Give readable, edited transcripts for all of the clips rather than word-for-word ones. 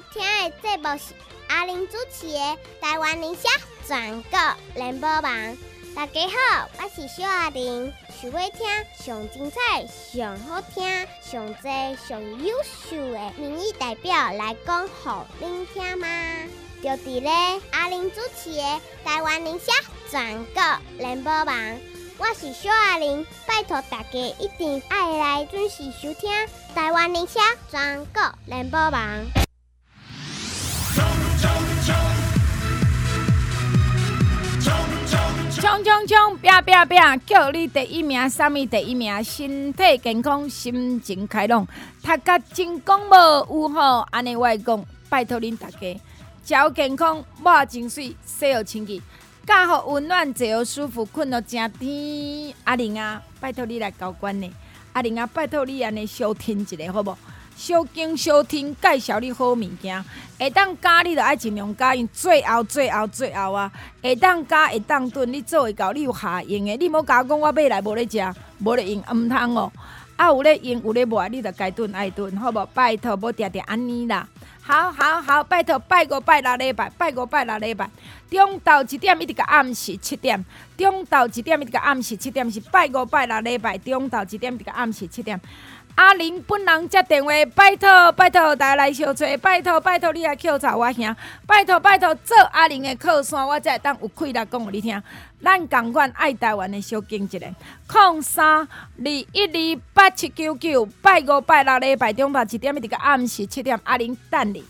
听的节目是阿玲主持的《台湾理想全国联播网》。大家好，我是小阿玲。想要听上精彩、上好听、上多、上优秀的民意代表来讲给您听吗？就伫咧阿玲主持的《台湾理想全国联播网》。我是小阿玲，拜托大家一定要来准时收听台湾理想全国联播网。 冲！拼！叫你第一名，啥物第一名？身体健康，心情开朗，读甲真讲无有吼，安尼我会讲，拜托恁大家，食健康，抹真水，洗好清气。觉好温暖，坐好舒服，困好正甜。阿玲啊，拜托你来交关呢。阿玲啊，拜托你安尼小听一下，好无？小经小听，介绍你好物件。会当加你就爱尽量加，因最后啊！会当加会当炖，你做会到，你有下用的。你莫甲我讲我买来无咧食，无咧用，毋通哦。啊，有咧用有咧卖，你就该炖爱炖，好无？拜托，无定定安尼啦。好，拜托，拜5拜6礼拜，拜5拜6礼拜。中昼1点一直到暗时7点，中昼1点一直到暗时7点是拜5拜6礼拜，中昼1点一直到暗时7点。阿玲本人接电话，拜托，大家来相找，拜托你来扣查我兄，拜托做阿玲的靠山，我才会当有气力讲互你听。咱同款爱台湾的小经一个，0321287799，拜5拜6礼拜中昼1点一直到暗时7点，阿玲等你。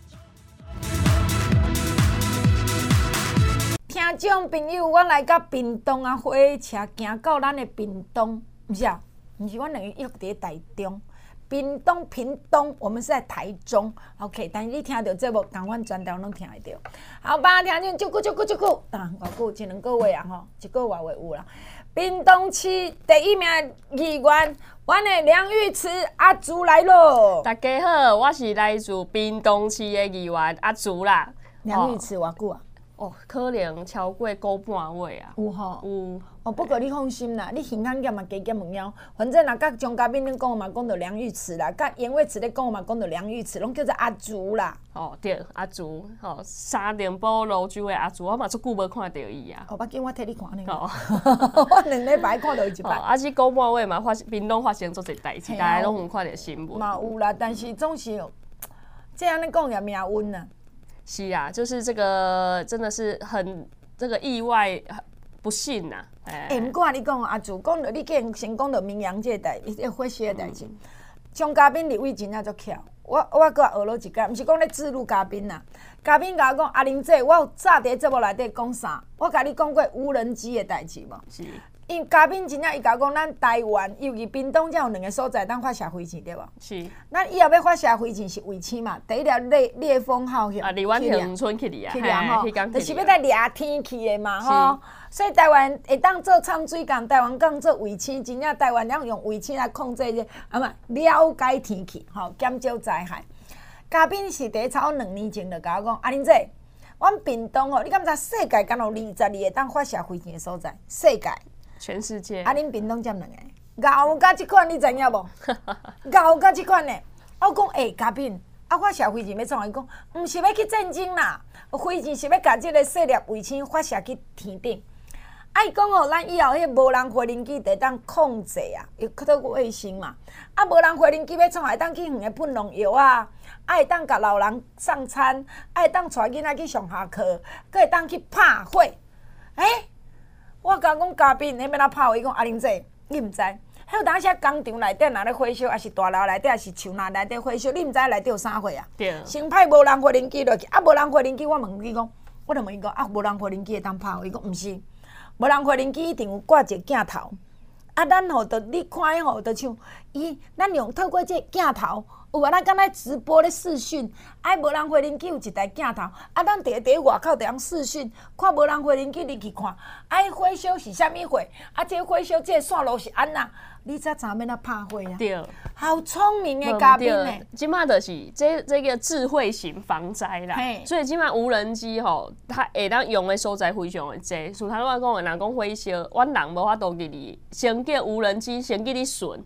听众朋友，我来到屏东啊，火车行到咱的屏东，毋是啊？不是，我两个约伫台中，屏东，我们是在台中 ，OK。但是你听到这部，同阮全台拢听得到。好吧，听众足久，啊，偌久1-2个月啊吼，1个外月有啦。屏东市第一名议员，阮的梁玉慈阿竹来咯。 大家好，我是来自屏东市的议员阿竹啦。 梁玉慈偌久啊？ 哦，可能超过5半月啊。 有吼。 有。 哦，不过你放心啦，你形象检嘛加减问了，反正若甲张嘉宾恁讲嘛，讲到梁玉慈啦，甲严伟慈咧讲嘛，讲到梁玉慈，拢叫做阿竹啦。 哦，对，阿竹，哦，沙田堡泸州的阿竹，我嘛足久无看到伊啊。 哦，要紧，我替你看呢。哦，我2礼拜看到伊一摆。 啊，这5半月嘛，屏东发生足侪代志，大家拢有看到新闻。 嘛有啦，但是总是，这安尼讲也命运啊。 是啊，就是这个真的是很这个意外。不幸呐！ 毋过你讲阿祖讲到你竟然先讲到明阳这代，火烧的代志。张嘉宾立委真正足巧，我搁学了一届，毋是讲咧自录嘉宾呐。嘉宾甲我讲阿玲姐，我有早伫节目内底讲啥？我甲你讲过无人机的代志无？ 是。 因嘉宾真正伊甲我讲，咱台湾尤其屏东，才有2个所在当发射飞弹，对无？ 是。 咱以后要发射飞弹是卫星嘛？第一条烈风号去。 啊，离阮恒春去哩啊， 去俩吼，就是要来掠天去的嘛吼。所以台湾会当做掺水工，台湾讲做卫星，真正台湾人用卫星来控制这了解天气，吼，减少灾害。嘉宾是第超2年前就甲我讲，阿玲姐，阮屏东哦，你敢知世界敢有22个当发射飞弹的所在？世界。 全世界。 啊，恁屏东才2个，熬甲即款你知影无？熬甲即款呢？我讲嘉宾，啊，发射飞弹要创？伊讲，毋是要去战争啦，飞弹是要甲即个细粒卫星发射去天顶。伊讲哦，咱以后迄无人飞行机得当控制啊，要透过卫星嘛。啊，无人飞行机要创会当去远个喷农药啊，会当甲老人送餐，会当带囡仔去上下课，佫会当去拍火。我甲讲嘉宾，你要哪拍火？伊讲阿玲姐，你毋知？迄有当时工厂内底若咧火烧，还是大楼内底，还是树林内底火烧，你毋知内底有啥火啊？ 对。 先派无人飞行机落去，啊，无人飞行机，我问伊讲，我就问伊讲，啊，无人飞行机会当拍火？伊讲毋是。无人飞行机一定有挂一个镜头，啊，咱吼，就你看吼，就像咱用透过这镜头，有啊，咱敢若直播咧视讯，啊，无人飞行机有一台镜头，啊，咱伫外口就用视讯，看无人飞行机入去看，啊，火烧是啥物火？啊，这火烧这线路是安那？你才知要哪拍火啊？ 对， 好聪明的嘉宾呢。 即马就是这个智慧型防灾啦，所以即马无人机吼，它会当用的所在非常的多。像头我讲的，人讲火烧，阮人无法度入去，先叫无人机先给你巡。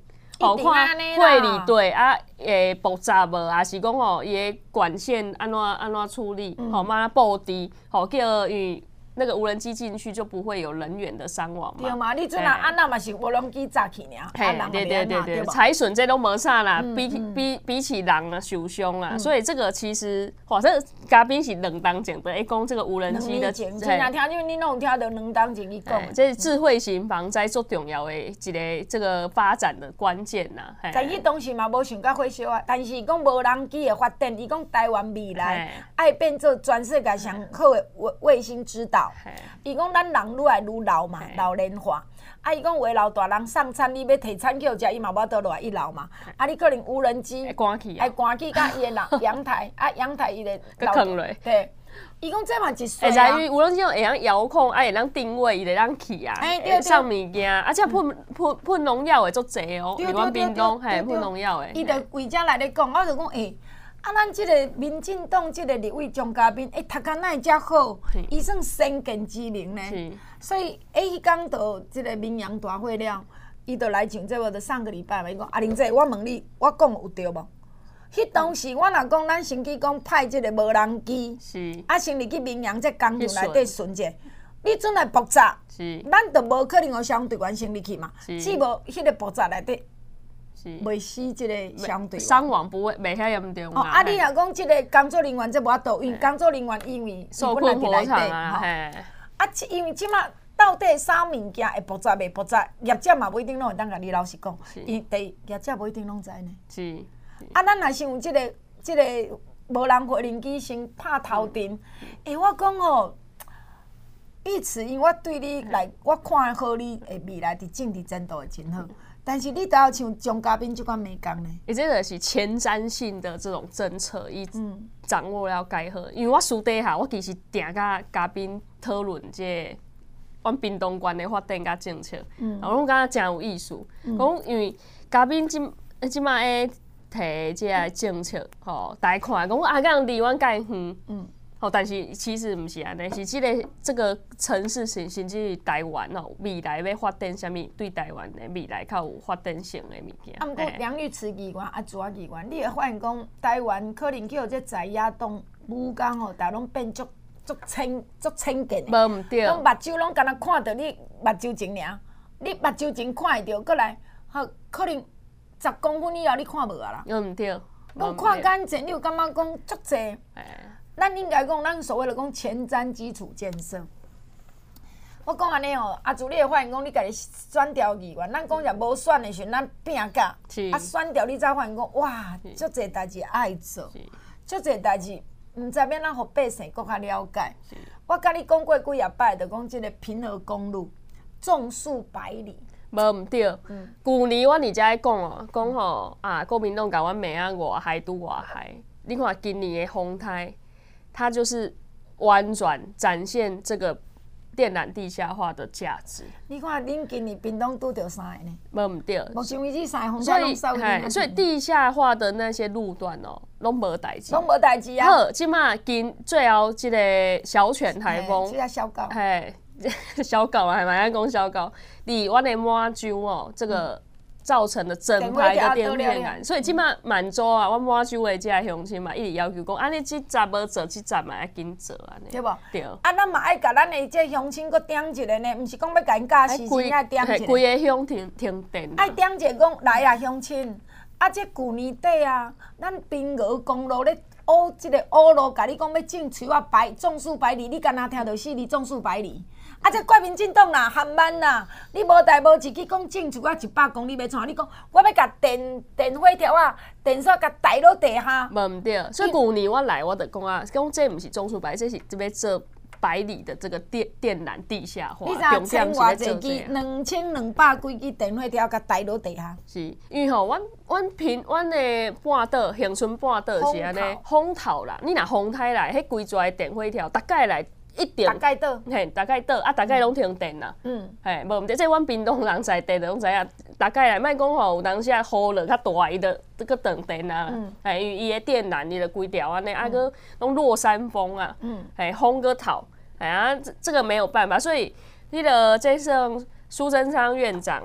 看会理对啊，会爆炸无，还是讲吼伊的管线安怎处理，吼马上布置，吼叫与。那个无人机进去就不会有人员的伤亡嘛？ 对嘛，你阵安那嘛是无人机炸去尔， 对，财损这都无啥啦，比起人啊受伤啊，所以这个其实，哇，这嘉宾是2当前的，讲这个无人机的， 真正听，因为你拢有听到2当前伊讲， 这是智慧型防灾最重要的一个这个发展的关键呐。 但伊当时嘛无想到火烧啊，但是讲无人机的发展，伊讲台湾未来爱变做全世界上好的卫星指导。伊讲咱人愈来愈老嘛，老龄化。啊，伊讲有的老大人送餐，你要摕餐去食，伊嘛无倒落来一楼嘛。啊，你可能无人机会关去， 甲伊的阳台，啊阳台伊的放落。 对，伊讲这嘛一岁啊。会使无人机会当遥控，会当定位，伊会当去啊，送物件，而且喷农药的足济哦，台湾屏东喷农药的。 伊就为遮来咧讲，我就讲啊，咱即个民进党即个立委张嘉宾，读甲哪会遮好？伊算先见之明呢。所以迄天到即个民扬大会了，伊就来上节目，就上个礼拜嘛，伊讲阿玲姐，我问你，我讲有对无？迄当时我若讲咱先去讲派即个无人机，先入去民扬这工厂内底巡者，你准来爆炸，咱就无可能有相对员先入去嘛，只无迄个爆炸内底。袂死即个相对伤亡不会袂遐严重啊！你若讲即个工作人员，这无法度，因为工作人员因为受困火场啊， 因为即马到底啥物件会爆炸袂爆炸，业者嘛不一定拢会当甲你老实讲，因第业者不一定拢知呢。 是啊，咱若是有即个无人无人机先拍头阵，我讲哦，意思因为我对你来，我看好你的未来伫政治前途会真好。但是你都要像张嘉宾这款美工呢？ 这个是前瞻性的这种政策，伊掌握了该好。因为我私底下，我其实定甲嘉宾讨论这阮屏东县的发展甲政策，我拢感觉真有意思。讲因为嘉宾即摆提这个政策，吼，大家看讲阿港离阮介远。但是其实毋是安尼，是这个城市甚至是台湾哦，未来要发展啥物，对台湾的未来较有发展性的物件。 啊，毋过梁玉慈议员、朱议员，你会发现讲台湾可能叫这在野党武功吼，但拢变足浅见的。 无毋对。 拢目睭拢敢若看到你目睭前尔，你目睭前看会到，过来，可能10公分以后你看无啊啦。 毋对。 拢看眼前，你有感觉讲足济？咱应该讲，咱所谓的讲前瞻基础建设。我讲安尼哦，阿朱，你会发现讲，你家己选调议员，咱讲若无选的时阵，咱拼甲，选调你才发现讲，哇，足侪代志爱做，足侪代志毋知要咱互百姓更较了解。我甲你讲过几啊摆，就讲即个平和公路种树100里。 无毋对，去年阮伫遮讲哦，讲吼国民党甲阮骂啊外海拄外海，你看今年的风台。它就是完全展现这个电缆地下化的价值。 你看，恁今年屏东拄着啥个呢？ 无毋对。 目前为止3个风台拢收去。 所以地下化的那些路段哦，拢无代志。 拢无代志啊。 好，即马最后即个小犬台风， 即个小狗。 小狗啊，还蛮爱讲小狗。伫阮的满洲哦，这个。造成了整排的电线杆，所以即马满洲啊，阮满洲的这个乡亲嘛，一直要求讲，你这站无做，这站嘛要紧做安尼， 对无？ 对。 啊，咱嘛爱甲咱的这乡亲搁点一个呢，毋是讲要甲因教时间爱点一个。 规个乡停电。 爱点一个讲来啊，乡亲！啊，这旧年底啊，咱滨河公路咧这个路，甲你讲要种树啊种树100里，你敢若听到4里种树100里？啊！这怪民进党啦，含慢啦！你无代无志去讲种树啊100公里要创？你讲我要甲电火条啊、电线甲抬落地下。 无毋对，所以去年我来，我就讲啊，讲这毋是种树100，这是要做100里的这个电缆地下化。 你知千偌济支2200几支电火条甲抬落地下。 是，因为吼，阮的半岛恒春半岛是安尼，风头啦，你若风台来，迄规拽电火条，大概来。一定大概倒， 嘿，大概倒啊，大概拢停电啦。嘿，无毋对，这阮屏东人在地的拢知影，大概来，莫讲吼，有当时啊雨落较大，伊就搁断电啊。嘿，因为伊的电缆伊就规条安尼，啊搁拢落山风啊。嘿，风搁透，哎呀，这个没有办法，所以这个苏贞昌院长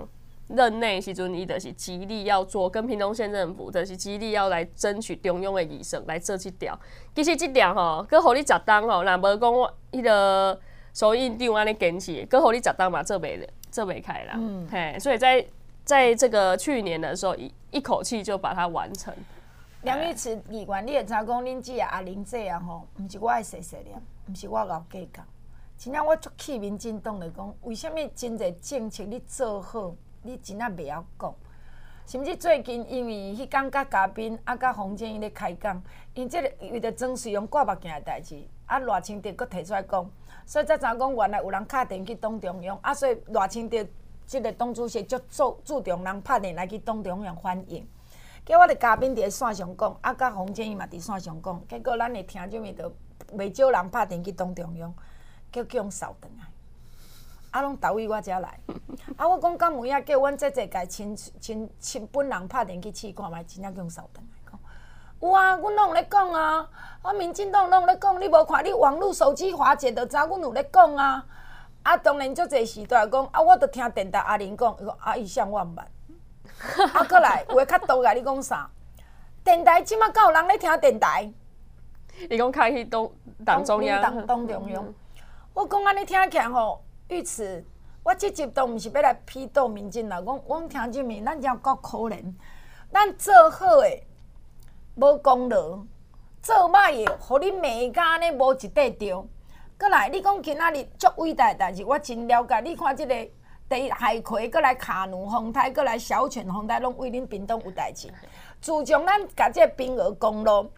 任内时阵，伊就是极力要做，跟屏东县政府就是极力要来争取中央的议席来做这条。其实这条吼，佮互你十当吼，若无讲迄个首院长安尼坚持，佮互你十当嘛做袂开啦。嘿，所以在这个去年的时候，一口气就把它完成。 梁玉慈议员，你会知讲恁姐阿玲姐啊吼，毋是我爱细细念，毋是我熬计较。真正我足气民进党来讲，为什么真侪政策你做好，你真正袂晓讲？甚至最近因为迄天甲嘉宾甲洪建英咧开讲，因即个为着装水用挂目镜的代志，赖清德佫提出来讲，所以才知讲原来有人敲电去党中央，所以赖清德即个党主席足注重人拍电来去党中央反映。结果我伫嘉宾伫线上讲，甲洪建英嘛伫线上讲，结果咱的听众咪着袂少人拍电去党中央。叫用扫转来，拢投伊我遮来。我讲敢有影叫阮这届亲本人拍电去试看觅，真正叫用扫转来讲。有啊，阮拢有咧讲啊，民进党拢有咧讲，你无看你网络手机滑解就知阮有咧讲啊。当然足侪时代讲，我着听电台阿玲讲，伊讲伊像我毋捌。过来有诶较多甲你讲啥？电台即马敢有人咧听电台？ 伊讲开去党中央。 党中央。我讲安尼听起来吼，玉慈，我即集都毋是要来批斗民进党，讲听即面，咱真够可怜。咱做好诶，无功劳；做歹诶，互你骂甲安尼无一块着。过来，你讲今仔日足伟大诶代志，我真了解。你看即个第一海葵，过来卡努风台，过来小泉风台，拢为恁屏东有代志。自从咱甲即个滨河公路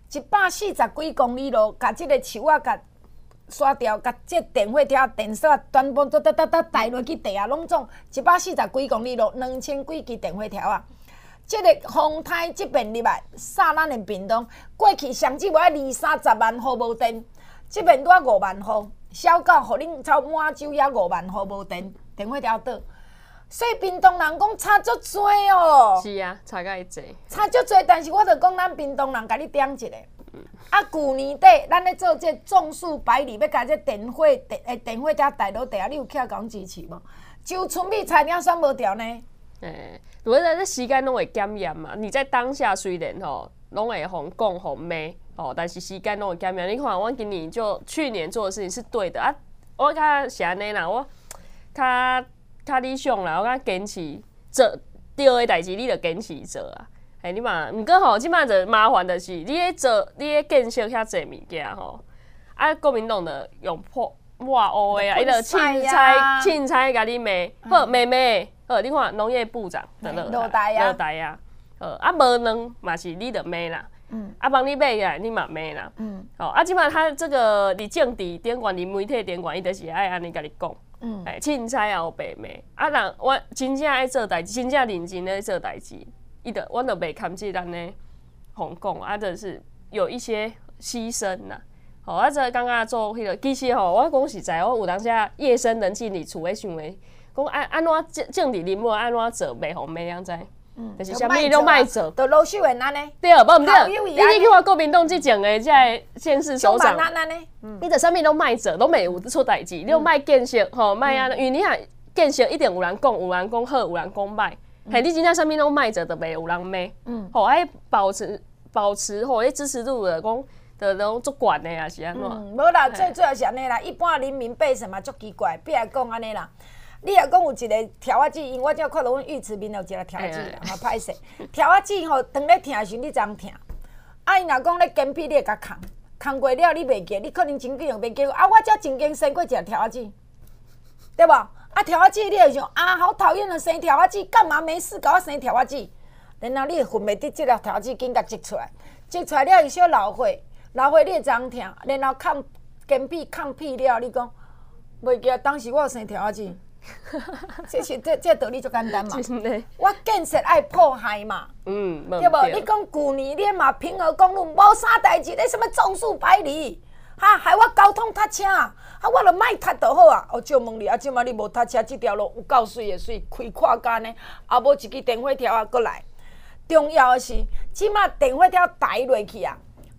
140几公里路，甲即个树仔甲刷掉，甲即电火条、电线全部都带落去地下，拢总140几公里路，2000几支电火条啊！即个风台即边入来，煞咱的屏东，过去上至无20-30万户无电，即边拄啊5万户，小到互恁超满洲也5万户无电，电火条倒。所以屏东人讲差足多哦。 是啊，差介济。 差足多，但是我着讲咱屏东人，甲你点一个。旧年底，咱咧做这种树百里，要甲这电火条带落地啊，你有起来甲阮支持无？就村比菜鸟选无调呢？ 如果这时间拢会检验嘛，你在当下虽然吼拢会互讲互骂但是时间拢会检验。你看，我今年就去年做的事情是对的啊，我较是安尼啦，我较理想啦，我较坚持做对的代志，你着坚持做啊。你嘛，毋过吼，即摆就麻烦的是，你咧做，你咧建设遐济物件吼，国民党着用破抹乌的啊，伊着凊彩甲你骂，好骂，好，你看农业部长的落台啊，无能嘛是你着骂啦，帮你买来你嘛骂啦，即摆他这个伫政治顶悬，伫媒体顶悬，伊就是爱安尼甲你讲，凊彩也有白骂，人我真正爱做代志，真正认真咧做代志。阮就袂堪即咱咧红讲，就是有一些牺牲呐。这感觉做迄个，其实我讲实在，我有当时夜深人静伫厝咧想诶，讲安怎政治人物安怎做袂互骂样知？就是啥物拢卖做， 就卢秀媛安尼。对， 无毋对，你去看国民党即种诶，即个县市首长，你着啥物拢卖做，拢袂有出代志，你拢卖建设卖因为你若建设一定有人讲，有人讲好，有人讲歹。你真正啥物拢卖做，就袂有人骂。爱保持迄支持度的讲，就拢足悬的啊，是安怎？ 无啦，最主要是安尼啦。一般人民百姓嘛足奇怪，比来讲安尼啦。你若讲有一个条仔子，因为我只看到阮尉迟面有一个条仔子啦，歹势。条仔子当咧听时，你怎样听？伊若讲咧坚皮，你会甲空过了，你袂记，你可能真几样袂记。我才真经生过一个条仔子，对无？条仔子，你会想好讨厌的生条仔子，干嘛没事搞我生条仔子？然后你会分袂得这条条仔子，紧甲摘出来，摘出来了有小老火，你会怎样听？然后抗坚皮抗屁了，你讲袂记当时我有生条仔子，这道理就简单嘛。我建设爱破坏嘛，对无？你讲旧年你嘛平和公路无啥代志，你什么种树百里？害我交通塞车，我著莫塞就好啊！借问你，即摆你无塞车，即条路有够水的水，开阔干呢，无一支电火条过来。重要的是，即摆电火条抬落去啊！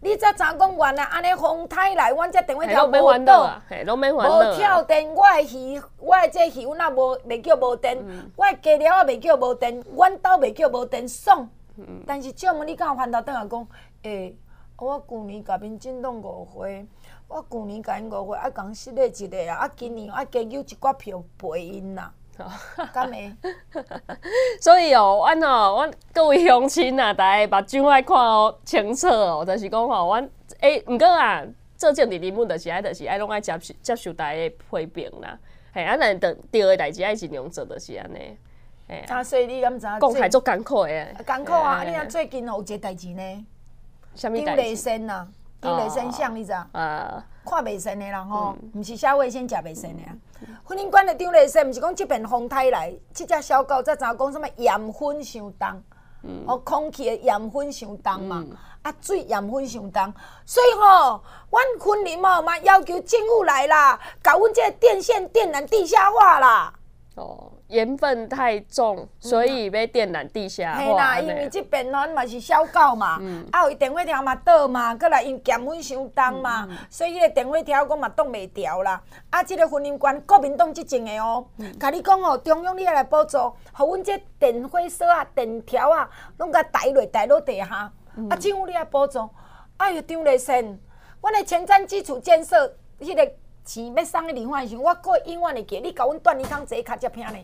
你才知讲原来安尼风台来，阮这电话条无倒，拢免烦恼， 无跳电，我的鱼，我的这鱼阮也袂叫无电，我的鸡料也袂叫无电，阮兜袂叫无电爽。但是借问你敢有烦恼倒来讲，我旧年甲民进党5回，我旧年甲因5回，啊共失礼一个啊，今年加揪一寡票陪因啦。敢会？ 所以阮各位乡亲啊，大家目睭爱看清楚就是讲阮毋过啊，做政治人物就是爱拢爱接受大家的批评啦。咱对的代志爱尽量做，就是安尼。 所以你敢知？ 讲起来足艰苦的。 艰苦啊！你若最近有一个代志呢？ 啥物代志？ 丢雷神啊，丢雷神像你知？看袂顺的人吼，毋是社会先食袂顺的啊。婚姻馆的张雷生，毋是讲即边风台来，即只小狗才知影讲什么盐分伤重，空气的盐分伤重嘛，水盐分伤重，所以吼，阮昆林嘛要求政府来啦，甲阮这电线电缆地下化啦。 盐分太重，所以要电缆地下化。 嘿啦，因为即边咱嘛是小狗嘛，有电话条嘛倒嘛，过来因咸粉伤重嘛，所以迄个电话条我嘛挡袂牢啦。即个婚姻馆国民党执政的甲你讲中央你要来补助，互阮这电火索啊、电条啊，拢甲抬落地下。政府你来补助，哎哟，张立宪，阮的前瞻基础建设迄个钱要送去立法的时候，我过永远会记，你甲阮断年康坐较接偏呢。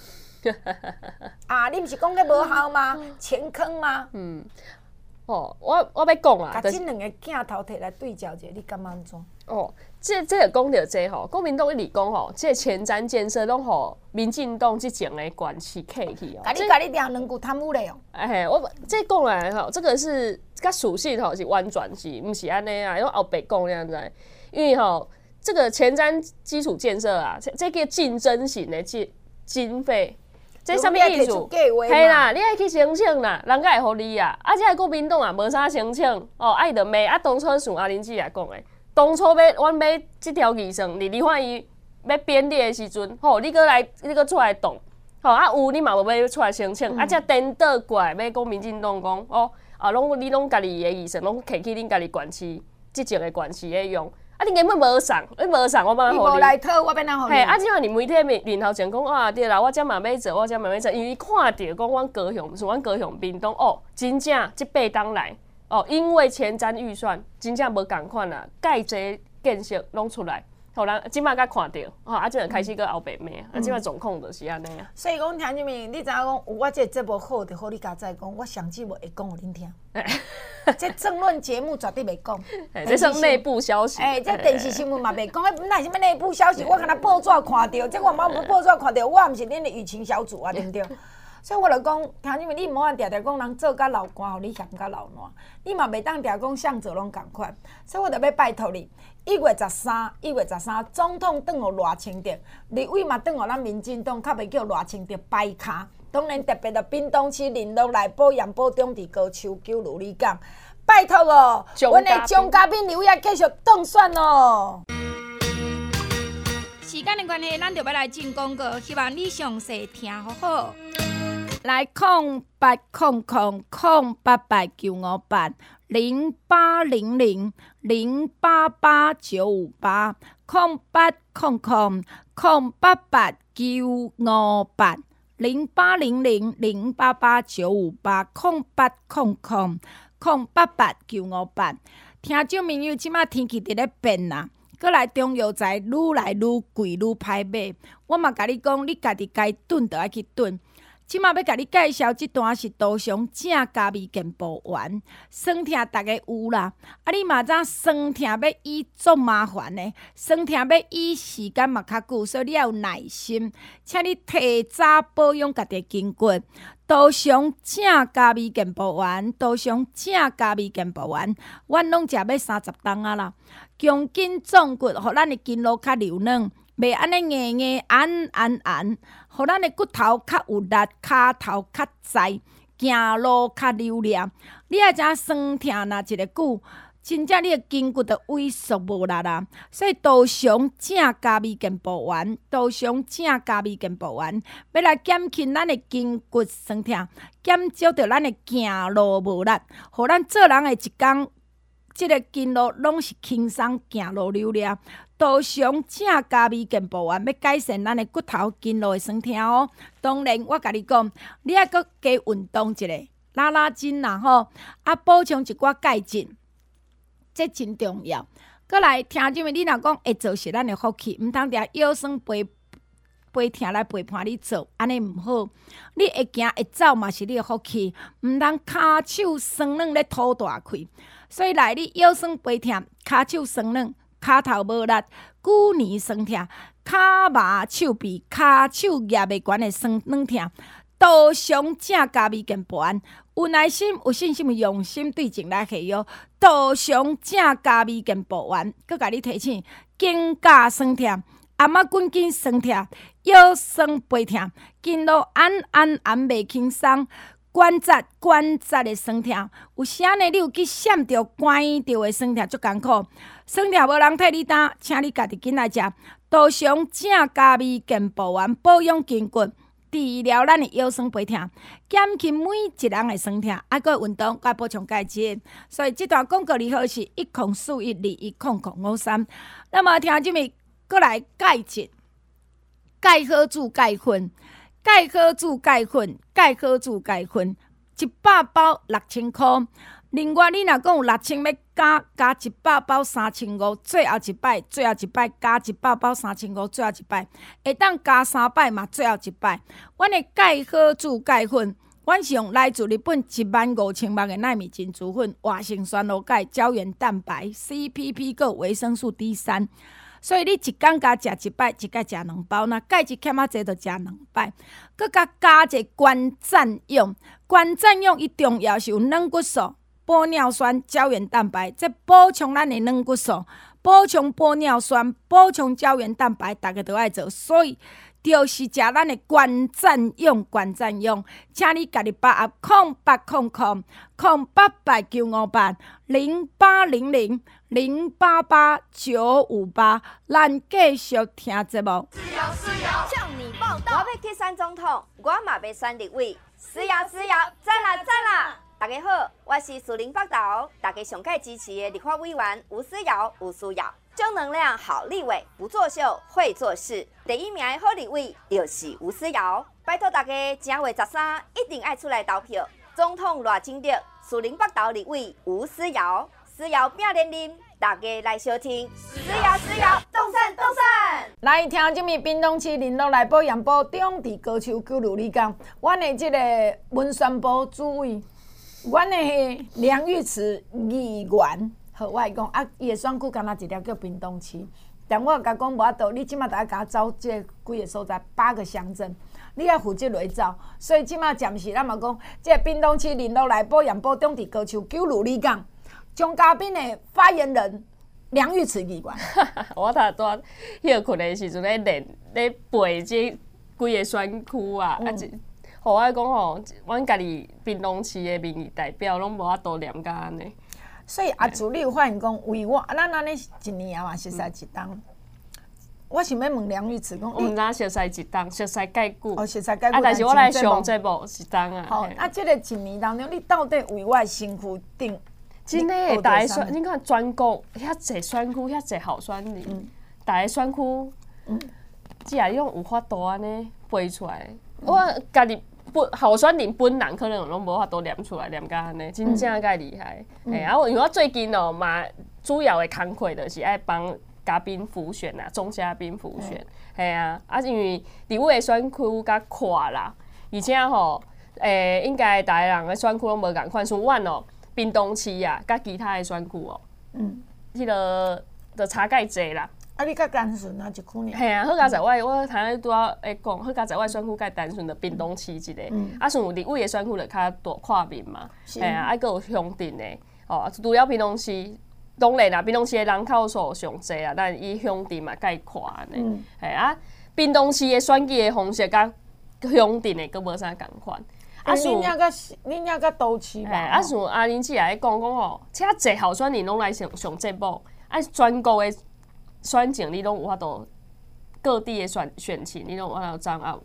你毋是讲迄无效吗？钱坑吗？ 我要讲啊， 把即两个镜头摕来对照者，你感觉安怎？ 这个讲到这国民党一直讲这前瞻建设拢互民进党之前的官司客去甲你聊两句贪污嘞我这讲来这个是甲属性是完全是毋是安尼啊？用后白讲这样子，因为这个前瞻基础建设啊，这个竞争型的经费。这啥物意思？嘿啦，你爱去申请啦，人家会互你啊。这个国民党啊，无啥申请爱就骂。当初像阿玲姐来讲的，当初阮买这条议程，立法院要编列的时阵，你搁出来动，有你嘛无要出来申请，才颠倒过来要讲民进党讲你拢家己的议程，拢摕去恁家己官司即前的官司咧用。你根本无送，你无送，我帮你。你无来讨，我要哪互你？ 即摆你媒体面头前讲对啦，我遮嘛要做，我遮嘛要做，因为看到讲阮高雄屏东真正即8当来因为前瞻预算真正无共款啦，介济建设拢出来。互人即摆才看到，即阵开始搁后白骂，即摆状况就是安尼啊。 所以讲，听什么？你知影讲有我这节目好就好，你家再讲，我上节目会讲互恁听。这政论节目绝对袂讲， 这是内部消息。 这电视新闻嘛袂讲，那什么内部消息？我敢若报纸看到，这我嘛无报纸看到，我毋是恁的舆情小组啊，对不对？所以我就讲，听什么？你莫定定讲人做甲老官，互你嫌甲老烂，你嘛袂当定讲向做拢共款。所以我就要拜托你，1月13，总统转互赖清德，立委嘛转互咱民进党，较袂叫赖清德摆卡。当然特别的屏东市林乐内埔盐埔中伫高秋九如你讲，拜托阮的张嘉宾刘也继续当选时间的关系，咱就要来进广告，希望你详细听好好。 来0800-088-958，0800-088-958，0800-088-958，听众朋友，即马天气伫咧变啦。过来中药材愈来愈贵，愈歹买。我嘛甲你讲，你家己该炖就爱去炖。即马要甲你介绍即段是高雄正嘉味健保丸，酸痛逐个有啦。你嘛知酸痛要医足麻烦的，酸痛要医时间嘛较久，所以你要有耐心。请你提早保养家己的筋骨。高雄正嘉味健保丸，高雄正嘉味健保丸，阮拢食要30档啊啦。强筋壮骨，互咱的筋络较柔软，袂安尼硬硬按，互咱的骨头较有力，骹头较栽，行路较流利。你爱知酸痛若一个久，真正你的筋骨就萎缩无力啦。所以高雄正嘉味健保丸，高雄正嘉味健保丸，要来减轻咱的筋骨酸痛，减少着咱的行路无力，互咱做人的一即个经络拢是轻松行路流利。多上正加味健步丸，要改善咱的骨头筋络的酸痛哦。当然，我甲你讲，你还阁加运动一下，拉拉筋啦吼，补充一寡钙质，这真重要。过来，听众们，你若讲会做是咱的福气，毋通定腰酸背痛来陪伴你做，安尼毋好。你会行会走嘛是你的福气，毋通骹手酸软咧吐大气。所以来，你腰酸背痛，骹手酸软。骹头无力、骨年酸痛、骹麻手臂、骹手举袂悬的酸软痛，多上正加味健步丸，有耐心、有信心、用心对症来下药。多上正加味健步丸，佮甲你提醒：颈胛酸痛、颔仔骨筋酸痛、腰酸背痛、筋络按袂轻松。关节的酸痛，有时呢，你有去闪着、关着的酸痛，足艰苦。酸痛无人替你担，请你家己紧来食。多上正加味健步丸，保养筋骨，治疗咱的腰酸背痛，减轻每一人的酸痛。还佫运动，佮补充钙质。所以这段广告里好是10412100553。那么听这面佫来钙质，钙好煮钙粉。钙好煮钙粉，100包6000块。另外，你若讲有6000要加100包3500，最后一摆加100包3500，最后一摆会当加3摆嘛，最后一摆。阮的钙好煮钙粉，阮是用来自日本15000目的纳米金珠粉、活性酸露钙、胶原蛋白、CPP 个维生素 D3。所以你一天加食一摆，一摆食2包。那钙质欠仔济，就食2摆。佮加一个关赞用，关赞用伊重要是有软骨素、玻尿酸、胶原蛋白，这补充咱的软骨素，补充玻尿酸，补充胶原蛋白，大家都爱做。所以就是食咱的关赞用，请你家己把握0800-0800-0888-958，咱继续听节目。 向你报道。我要去选总统，我嘛要选立委。是呀，赞啦！大家好，我是树林北投，大家上届支持的立法委员吴思瑶。正能量好立委，不作秀，会做事。第1名的好立委就是吴思瑶。拜托大家正月13一定爱出来投票，总统赖清德，树林北投立委吴思瑶，思瑶拼连任，大家来收听。思瑶，动身！ 来听这面屏东市林落来宝阳堡中地高手九如你讲，阮的这个文宣部主委，阮的梁玉慈议员。好，我会讲啊，伊的选区敢若一条叫屏东市，但我甲讲无法度，你即马大家甲我走这几个所在8个乡镇，你要负责落走，所以即马暂时咱嘛讲，这屏东市林落来宝阳堡中地高手九如你讲，张嘉宾的发言人梁玉慈议员。 我头拄休困的时阵咧练咧背这几个选区啊，互我讲吼，阮家己屏东市的民意代表拢无法度念甲安尼。 所以阿祖，你有发现讲为我，咱安尼一年嘛熟悉一档。我想要问梁玉慈讲， 毋知熟悉一档，熟悉介久。 哦，熟悉介久。 但是我来上节目一档啊。 好，即个一年当中，你到底为我的身躯顶？ 真诶，大个选，你看全国遐济选区，遐济候选人，大个选区，只系用有法度安尼背出来。我家己。候选人本人可能拢无法度念出来，念甲安尼，真正介厉害。因为我最近嘛，主要的工作就是爱帮嘉宾辅选啊，中嘉宾辅选，因为立委的选区较闊啦，而且应该大家人的选区拢无共款，像阮屏东市啊，甲其他的选区迄个就差介济啦。 啊，你较单纯啊，一区呢？ 系啊，好佳在我头先拄仔会讲，好佳在选区较单纯的屏东市一个，像有立委的选区就较大跨面嘛，啊，佫有乡镇的，除了屏东市，当然啦，屏东市的人口数上济啦，但伊乡镇嘛介跨安尼，屏东市的选举的方式甲乡镇的佫无啥共款。 恁遐较都市吧？ 像阿玲姐来讲遮济候选人拢来上节目，全国的。选情你拢有法度，各地的选情你拢有法度掌握。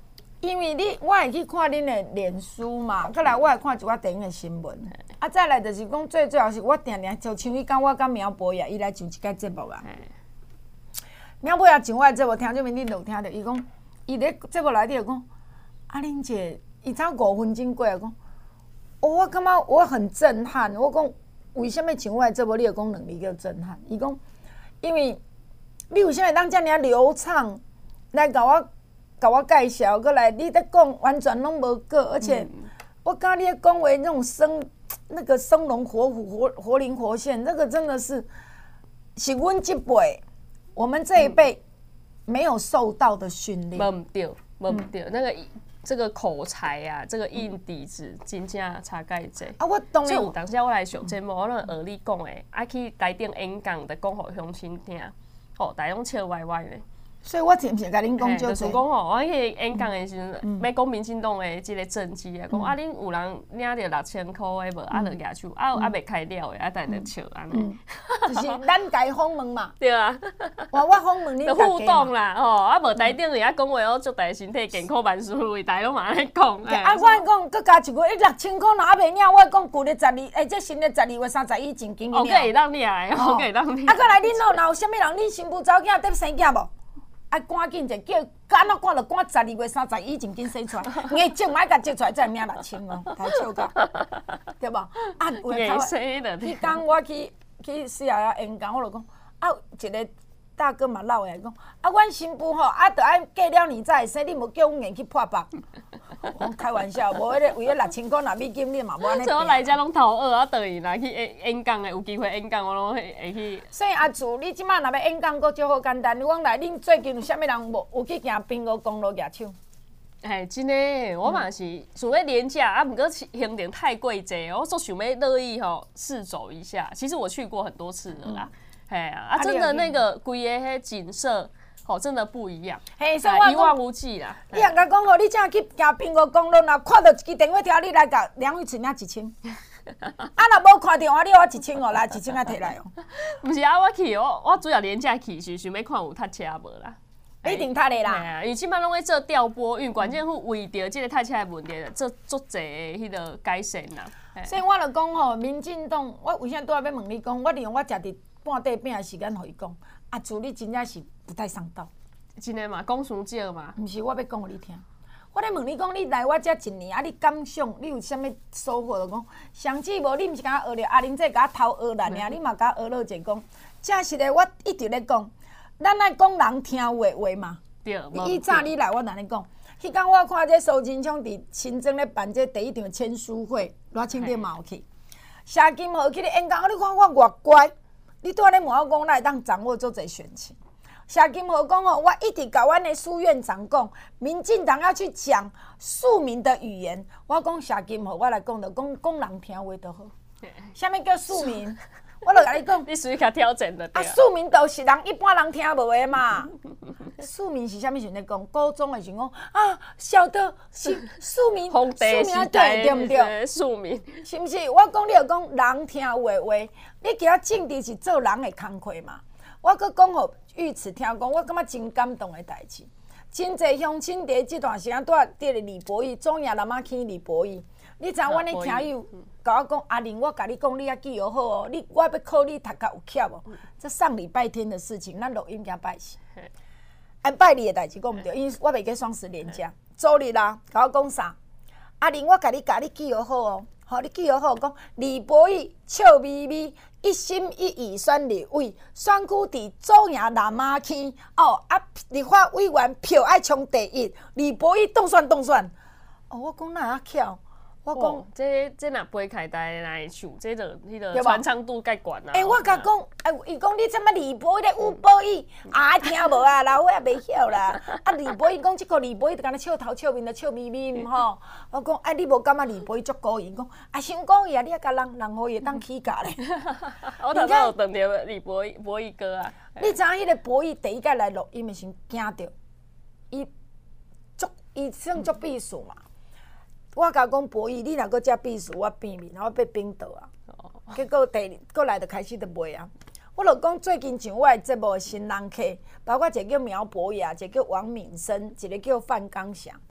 因为我会去看恁的脸书嘛，再来我会看一寡电影的新闻，啊，再来就是讲最后是我定定就像迄天我甲苗博雅伊来上一届节目啊。苗博雅上我的节目，听众们恁有听着，伊讲伊咧节目内底就讲，啊，恁姐伊才5分钟过，讲，我感觉我很震撼，我讲为什么上我的节目你就讲2字叫震撼？伊讲，因为你为什么当遮尔流畅来甲我介绍，过来你咧讲完全拢无过，而且我感觉你咧讲话那种生龙活虎、活灵活现，那个真的是阮这辈，我们这一辈没有受到的训练。 无唔对，那个这个口才啊，这个硬底子真正差介济。 啊，我当然所以有当时我来上节目，我拢学你讲诶，爱去台顶演讲，就讲互乡亲听，大家拢笑歪歪诶。 所以我是毋是甲恁讲就就是讲吼，我去演讲的时阵，要讲民进党的即个政绩啊，讲啊，恁有人领着6000箍的无，啊，就举手，啊未开了的，啊，等下就笑安尼。 就是咱家访问嘛。 对啊。 我访问恁互动啦，吼，啊无台顶人家讲话，我祝大家身体健康，万事如意，大家拢嘛安尼讲。 啊，我讲，佮加一句，6000箍若还袂领，我讲旧的这新的12月31前经领。 哦，会当领的，哦，会当领。 啊，再来恁若有啥物人，恁新妇查某囝得生囝无？啊，赶紧者叫，安怎赶就赶12月31前紧生出来，硬种莫甲接出来，才领6000哦，太笑到，对无？啊， 硬生的。 迄天我去四下演讲，我就讲，啊，一个大哥嘛老的讲，啊，阮新妇吼，啊，着爱过了年才会生，你无叫阮硬去破腹。我开玩笑，无迄个为了6000箍若美金，你嘛无安尼。 所以我来遮拢头学，啊，倒去若去演讲的，有机会演讲，我拢会去。 所以阿祖，你即摆若要演讲，阁就好简单。我讲来，恁最近有啥物人无有去行滨湖公路举手？ 哎，真诶，我嘛是想要廉价，啊，不过行程太贵济，我说想要乐意吼试走一下。其实我去过很多次了啦，哎啊，真的那个规个迄景色。哦，真的不一样， 嘿，所以我一望无际啦。 你若甲讲吼，你正去行滨湖公路，若看到一支电话条，你来甲梁玉纯领1000。啊，若无看电话，你我1000哦，来1000啊摕来哦。 毋是啊，我去我主要廉价去是想要看有塞车无啦。 一定塞的啦。 哎呀，因为即摆拢在做调拨运，管政府为着即个塞车的问题，做足济迄个改善啦。 所以我就讲吼，民进党，我为啥拄仔要问你讲？我利用我食伫半块饼的时间，互伊讲。啊，主你真正是不太上道， 真的嘛，讲伤少嘛。 毋是，我要讲互你听。我咧问你讲，你来我遮1年，啊，你感想，你有啥物收获？就讲，上次无你毋是甲我学着阿玲这甲我偷学咱尔，你嘛甲我学落者讲，正实的，我一直咧讲，咱爱讲人听话话嘛。 对。 以早你来，我哪尼讲？迄天我看这苏贞昌伫新庄咧办这第1场签书会，罗庆典嘛有去。谢金河去咧演讲，你看我偌乖。你拄仔咧问我讲，咱会当掌握足侪选情。谢金河讲吼，我一直甲阮的苏院长讲，民进党要去讲庶民的语言。我讲谢金河，我来讲就讲人听话就好。啥物叫庶民？我就甲你讲， 你属于较挑战的。 啊，庶民就是人一般人听无的嘛。庶民是啥物时阵讲？高中的时阵讲啊，晓得是庶民，庶民对毋对？ 庶民是毋是？我讲你就讲人听话话，你其他政治是做人的工课嘛。我佫讲互玉慈听讲，我感觉真感动的代志。真侪乡亲伫即段时间住伫李博义，中亚南马去李博义。你知影阮咧听友甲我讲，阿玲，我甲你讲，你遐记号好哦。我要考你读甲有巧无？这上礼拜天的事情，咱录音惊拜四。按拜二的代志讲毋对，因为我袂记双十连假，周日啦，甲我讲啥？阿玲，我甲你记号好哦，好，你记号好，讲李博义笑眯眯，一心一意选立委，选区伫中亚南马区哦，啊，立法委员票爱冲第1，李博义当选。哦，我讲哪巧？我讲这若杯开台来唱，这就迄个传唱度介悬啦。 我甲讲，伊讲你怎么李博义咧有博义，啊听无啊，老伙也袂晓啦。啊李博义讲即个李博义，就敢若笑头笑面，就笑眯眯吼。我讲，你无感觉李博义足故意？讲伤故意啊！你啊甲人互伊当起价咧。 我头先有撞着李博义哥啊。 你知影迄个博义第一届来录音的时候惊着，伊算足避暑嘛。我甲讲博弈，你若搁遮避暑，我变面，我要冰岛啊。结果过来就开始就卖啊。我就讲最近上我的节目的新人客，包括一个叫苗博雅，一个叫王敏生，一个叫范刚祥。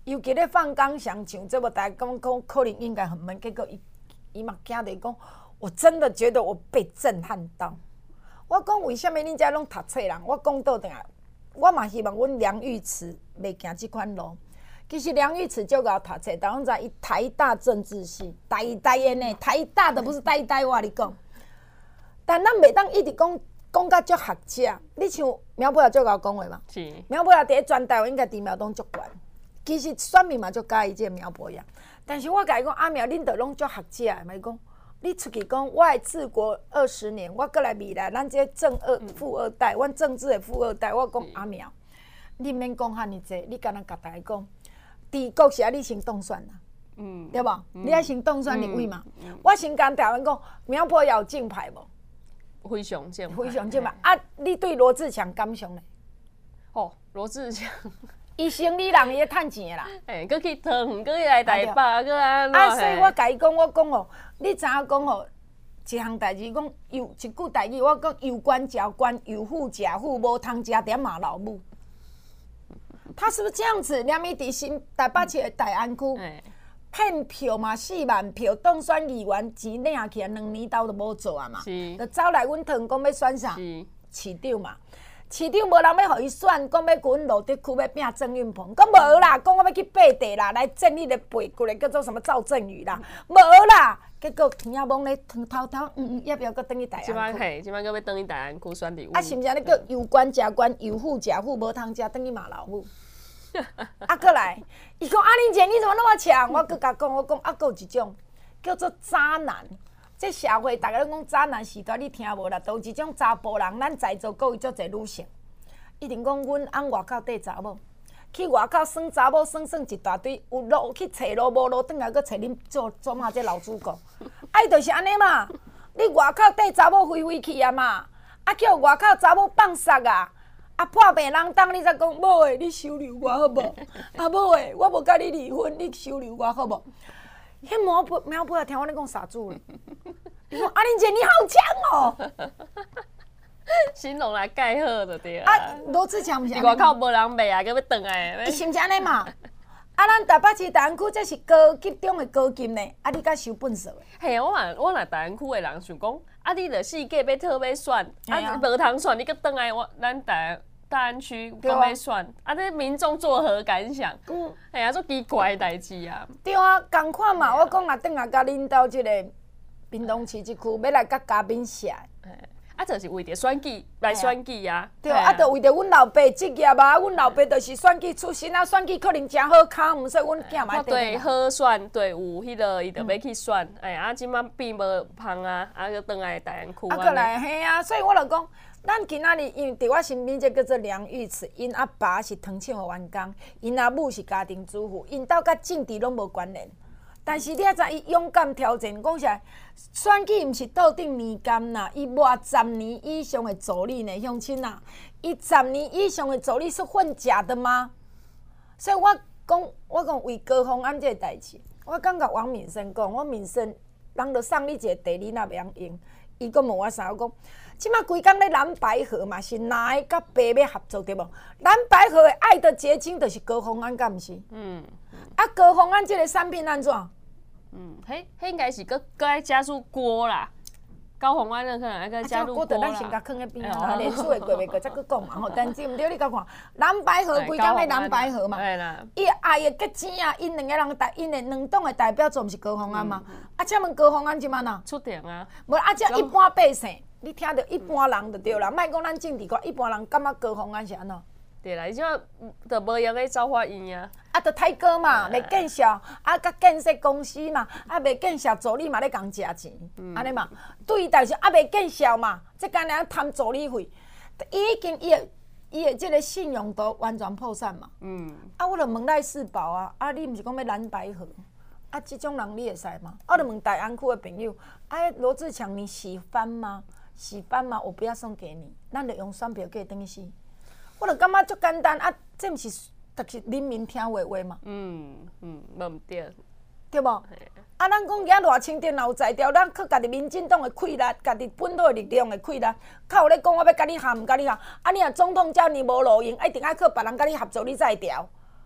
尤其咧放工上上这么大家讲可能应该很闷，结果伊嘛惊着讲，我真的觉得我被震撼到。我讲为什么恁遮拢读册人？我讲倒转来，我嘛希望阮梁玉慈袂行即款路。其实梁玉慈就搞读册，大家知伊台大政治系，台的呢，台大的不是台我跟你讲。但咱袂当一直讲甲足学者，你像苗博雅就搞讲话嘛， 是苗博雅伫全台湾应该知名度足悬。其实选民嘛就介意这苗博雅，但是我甲伊讲阿苗，恁着拢足学者的，嘛伊讲你出去讲，我的治国20年，我过来未来，咱这富二代，阮政治的富二代，我讲阿苗，你免讲遐尼济，你敢若甲大家讲，治国时啊，你先当选啦，对无？你爱先当选立委嘛？我先甲台湾讲，苗博雅有正派无？ 非常正派， 非常正派。啊，你对罗志强感想呢？ 哦，罗志强。 伊生理人伊会趁钱啦， 搁去桃园，搁去来台北，搁安怎？ 所以我甲伊讲，我讲哦，你知影讲哦，一项代志讲一句代志，我讲有官嚼官，有富食富，无通食点马老母。他是不是这样子？连伊伫新台北市的大安区骗票嘛，4万票当选议员，钱领起来，2年都无做啊嘛，就走来阮桃园讲要选啥市长嘛。市长无人要互伊选，讲要阮路德区要拼郑运鹏，讲无啦，讲我要去爬地啦，来建立个背骨个叫做什么赵振宇啦，无啦，结果天啊蒙咧偷偷要不要搁转去大安区？ 即摆搁要转去大安区选立委。 啊，是毋是安尼叫有官食官，有富食富，无通食转去骂老母？啊，过来，伊讲阿玲姐你怎么那么强？我搁甲讲，我讲啊，搁有一种叫做渣男。这社会大家拢讲渣男时代，你听无啦？都有一种查甫人，咱在座各有足侪女性，一定讲阮翁外口缀查某，去外口耍查某，耍一大堆，有路去找路，无路转来搁找恁做嘛这老主顾，啊，伊就是安尼嘛。你外口缀查某飞去啊嘛，啊叫外口查某放杀啊，啊破病人当你才讲某诶，你收留我好无？啊某诶，我无甲你离婚，你收留我好无？迄苗博雅听我咧讲傻子咧，伊讲阿玲姐你好强哦， 形容来盖好就对啊。罗志强毋是？ 外口无人骂啊，佮要转来。 伊是毋是安尼嘛？啊，咱台北市大安区这是高级中的高级呢，啊，你甲收本色的。 嘿，我若大安区的人想讲，啊，你著四界要讨要选，啊，无通选，你佮转来咱大安区讲要选，啊，这民众作何感想？哎呀，足奇怪的代志啊！ 对啊，共款嘛，我讲若转来甲恁兜即个屏东市这区，要来甲嘉宾写。 啊，就是为着选举来选举啊！ 对啊，就为着阮老爸职业啊，阮老爸就是选举出身啊，选举可能真好考，毋说阮囝嘛。 对，好选，对，有迄个伊就要去选，哎啊，即摆变无芳啊，啊，佮转来大安区。 啊，过来嘿啊，所以我就讲。咱今仔日因为伫我身边，这叫做梁玉慈，因阿爸是糖厂的员工，因阿母是家庭主妇，因兜甲政治拢无关联。但是你啊知，伊勇敢挑战，讲啥？选举毋是倒顶年干啦，伊偌10年以上的助理呢，乡亲啊，伊10年以上的助理是混假的吗？所以我讲为高虹安这个代志，我感觉王敏生讲，我敏生人就送你一个地理那袂晓用，伊佫问我啥？我讲。即摆规工咧蓝白河嘛，是哪个甲爸要合作对无？蓝白河的爱的结晶就是高虹安，敢毋是？啊，高虹安即个产品安怎？ 迄应该是搁爱加入锅啦。高虹安可能爱搁加入锅啦。 咱先甲放喺边啊，连厝会过袂过再搁讲嘛吼。但是毋对，你甲看蓝白河规工咧蓝白河嘛，伊爱的结晶啊，因两个人因的两党的代表做毋是高虹安嘛？啊，请问高虹安即摆哪？ 出庭啊？ 无啊，这一般百姓。你听到一般人就对啦，莫讲咱政治观，一般人感觉高虹安是安怎？ 对啦，伊即摆就无用咧造化院啊。 啊，就太高嘛，袂见效，啊，甲建设公司嘛，啊，袂见效，助理嘛咧共食钱，安尼嘛。对，但是啊，袂见效嘛，即干人贪助理费，已经伊的即个信用度完全破产嘛。啊，我就问赖世宝啊，啊，你毋是讲要蓝白合？啊，即种人你会使吗？我就问大安区的朋友，啊，罗志强你喜欢吗？喜欢吗？我不要送给你，咱就用选票给等死。我就感觉足简单啊，这毋是就是人民听话话嘛。 无毋对， 对无？啊，咱讲遐偌清电有才调，咱靠家己民进党的气力，家己本土的力量的气力，较有咧讲我要甲你合，毋甲你合。啊，你若总统遮尔无路用，一定爱靠别人甲你合作，你才会调。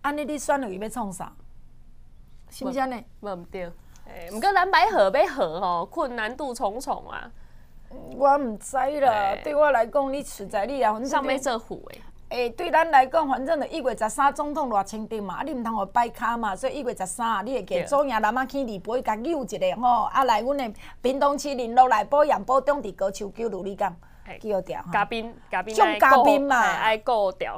安尼你选落去要创啥？是毋是安尼？ 无毋对，毋过蓝白河要合吼，困难度重重啊。 我毋知啦，对我来讲，你实在你啊，反正上面这虎对咱来讲，反正就1月13总统偌清定嘛，啊，你毋通互摆卡嘛，所以1月13你会记左营南仔去2杯，甲扭一个吼，啊来阮的屏东市林落内埔盐埔中伫高树桥如你讲，记好调。 嘉宾种嘉宾嘛， 爱顾调。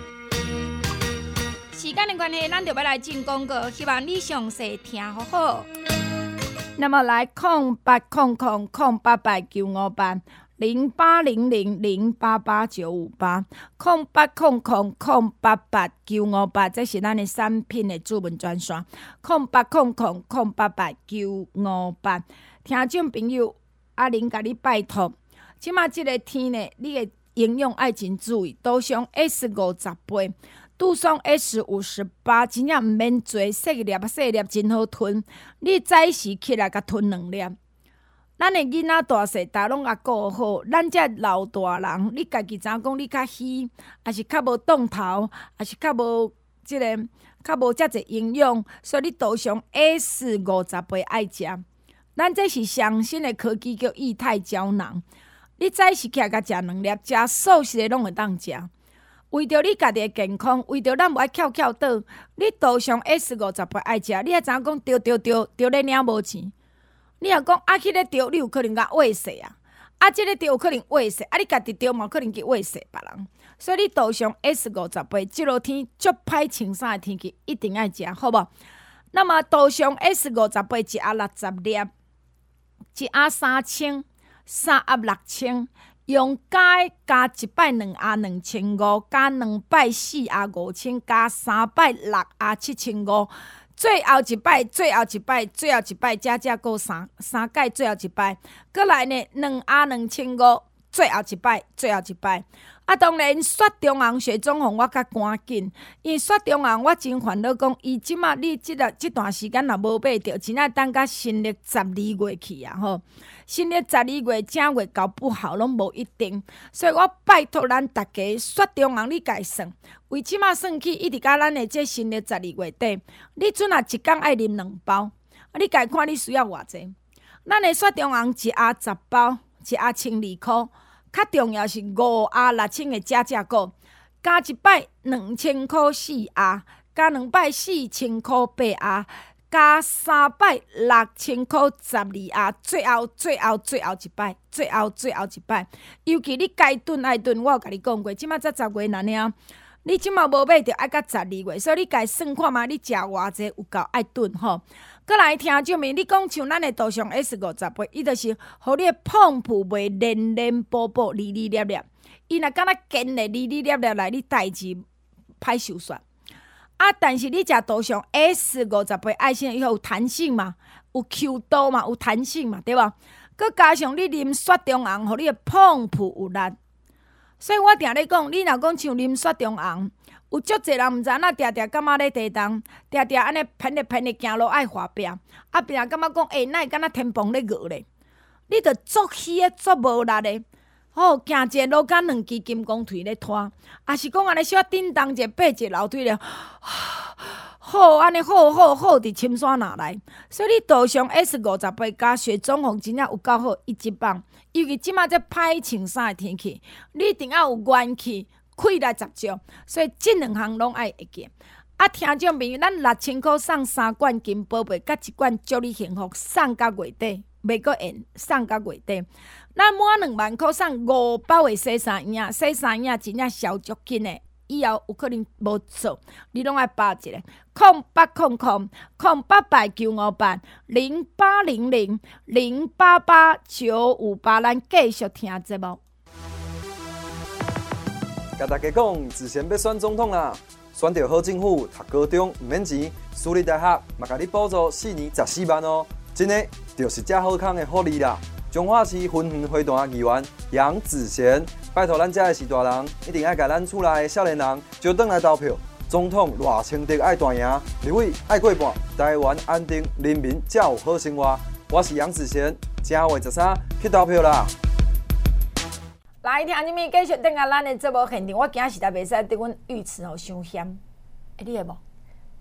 时间的关系，咱就要来进广告，希望你详细听好好。 那么来0800088958。0800088958，0800088958，这是咱的产品的主文专线。0800088958，听众朋友，阿玲甲你拜托，即马即个天呢，你的营养爱真注意，多上 S50杯。杜松 S58，真正毋免做，细粒真好吞。你早时起来甲吞2粒。咱的囡仔大细，大拢也顾好。咱这老大人，你家己知影讲，你较虚，还是较无动头，还是较无较无遮济营养，所以你多上 S50杯爱食。咱这是上新的科技叫液态胶囊。你早时起来甲食2粒，食素食的拢会当食。为着你家己的健康，为着咱无爱翘倒，你多上 S50杯爱食。你还知影讲丢咧领无钱。你若讲啊，去咧钓，你有可能甲喂食啊！啊，即个钓有可能喂食，啊，你家己钓嘛可能去喂食别人。所以你涂上 S50杯，即落天足歹穿衫的天气，一定爱食，好无？那么涂上 S50杯，一盒60粒，一盒3000，3盒6000，用加1摆2盒2500，加2摆4盒5000，加3摆6盒7500。最后一摆，才过三届，最后一摆，过来呢2盒2500，最后一摆。啊，当然雪中红雪中红，我较赶紧，因为雪中红我真烦恼讲，伊即马你即段时间若无买着，真爱等到新历12月去啊吼。新历12月、正月搞不好拢无一定，所以我拜托咱大家雪中红你家算，为即马算起一直到咱的这新历12月底，你准啊一工爱啉2包，你家看你需要偌济。咱的雪中红一盒10包，一盒12箍。较重要是5盒6000的价股，加1摆2000箍4盒，加2摆4000箍8盒，加3摆6000箍12盒，最后一摆，尤其你该炖爱炖，我有甲你讲过，即马才10月哪尔，你即马无买着爱到12月，所以你家算看嘛，你食偌济有够爱炖吼。过来听众们，你讲像咱的涂上 S50杯，伊就是互你的碰扑袂黏补，哩哩粒粒。伊若敢若坚的哩哩粒粒来，你代志歹收煞。啊，但是你食涂上 S50杯，爱心以后有弹性嘛，有 Q 度嘛，有弹性嘛，对无？佮加上你啉雪中红，互你的碰扑有力。所以我定咧讲，你若讲像啉雪中红。有足侪人毋知影，定定感觉咧地动，定定安尼偏咧行路爱滑壁，啊，别人感觉讲，哪会敢若天崩咧饿咧？你着足虚诶，足无力诶。好，行一个路甲2支金刚腿咧拖，也是讲安尼小叮当者爬一个楼梯咧，好安尼好伫深山哪来？所以你涂上 S50杯加雪中红真正有够好，伊一棒。尤其即马这歹穿衫诶天气，你一定要有元气。开来10招，所以这2项拢爱会记。啊，听众朋友，咱6000块送3罐金宝贝，甲1罐祝你幸福，送到月底，袂阁延，送到月底。咱满2万块送5包的洗衫液，洗衫液真正消足紧的，以后有可能无做，你拢爱报一个0800088958，0800088958，咱继续听节目。 甲大家讲，之前要选总统啦，选到好政府，读高中毋免钱，私立大学嘛，甲你补助4年14万哦，真的就是这好康的福利啦！彰化市云园花坛议员杨子贤，拜托咱遮的是大人，一定爱甲咱厝内的少年人招转来投票。总统偌清德爱大赢，立委爱过半，台湾安定，人民才有好生活。我是杨子贤，正月13去投票啦！ 来听你们继续等下咱的节目现场，我今仔实在袂使伫阮浴池伤险，你会无？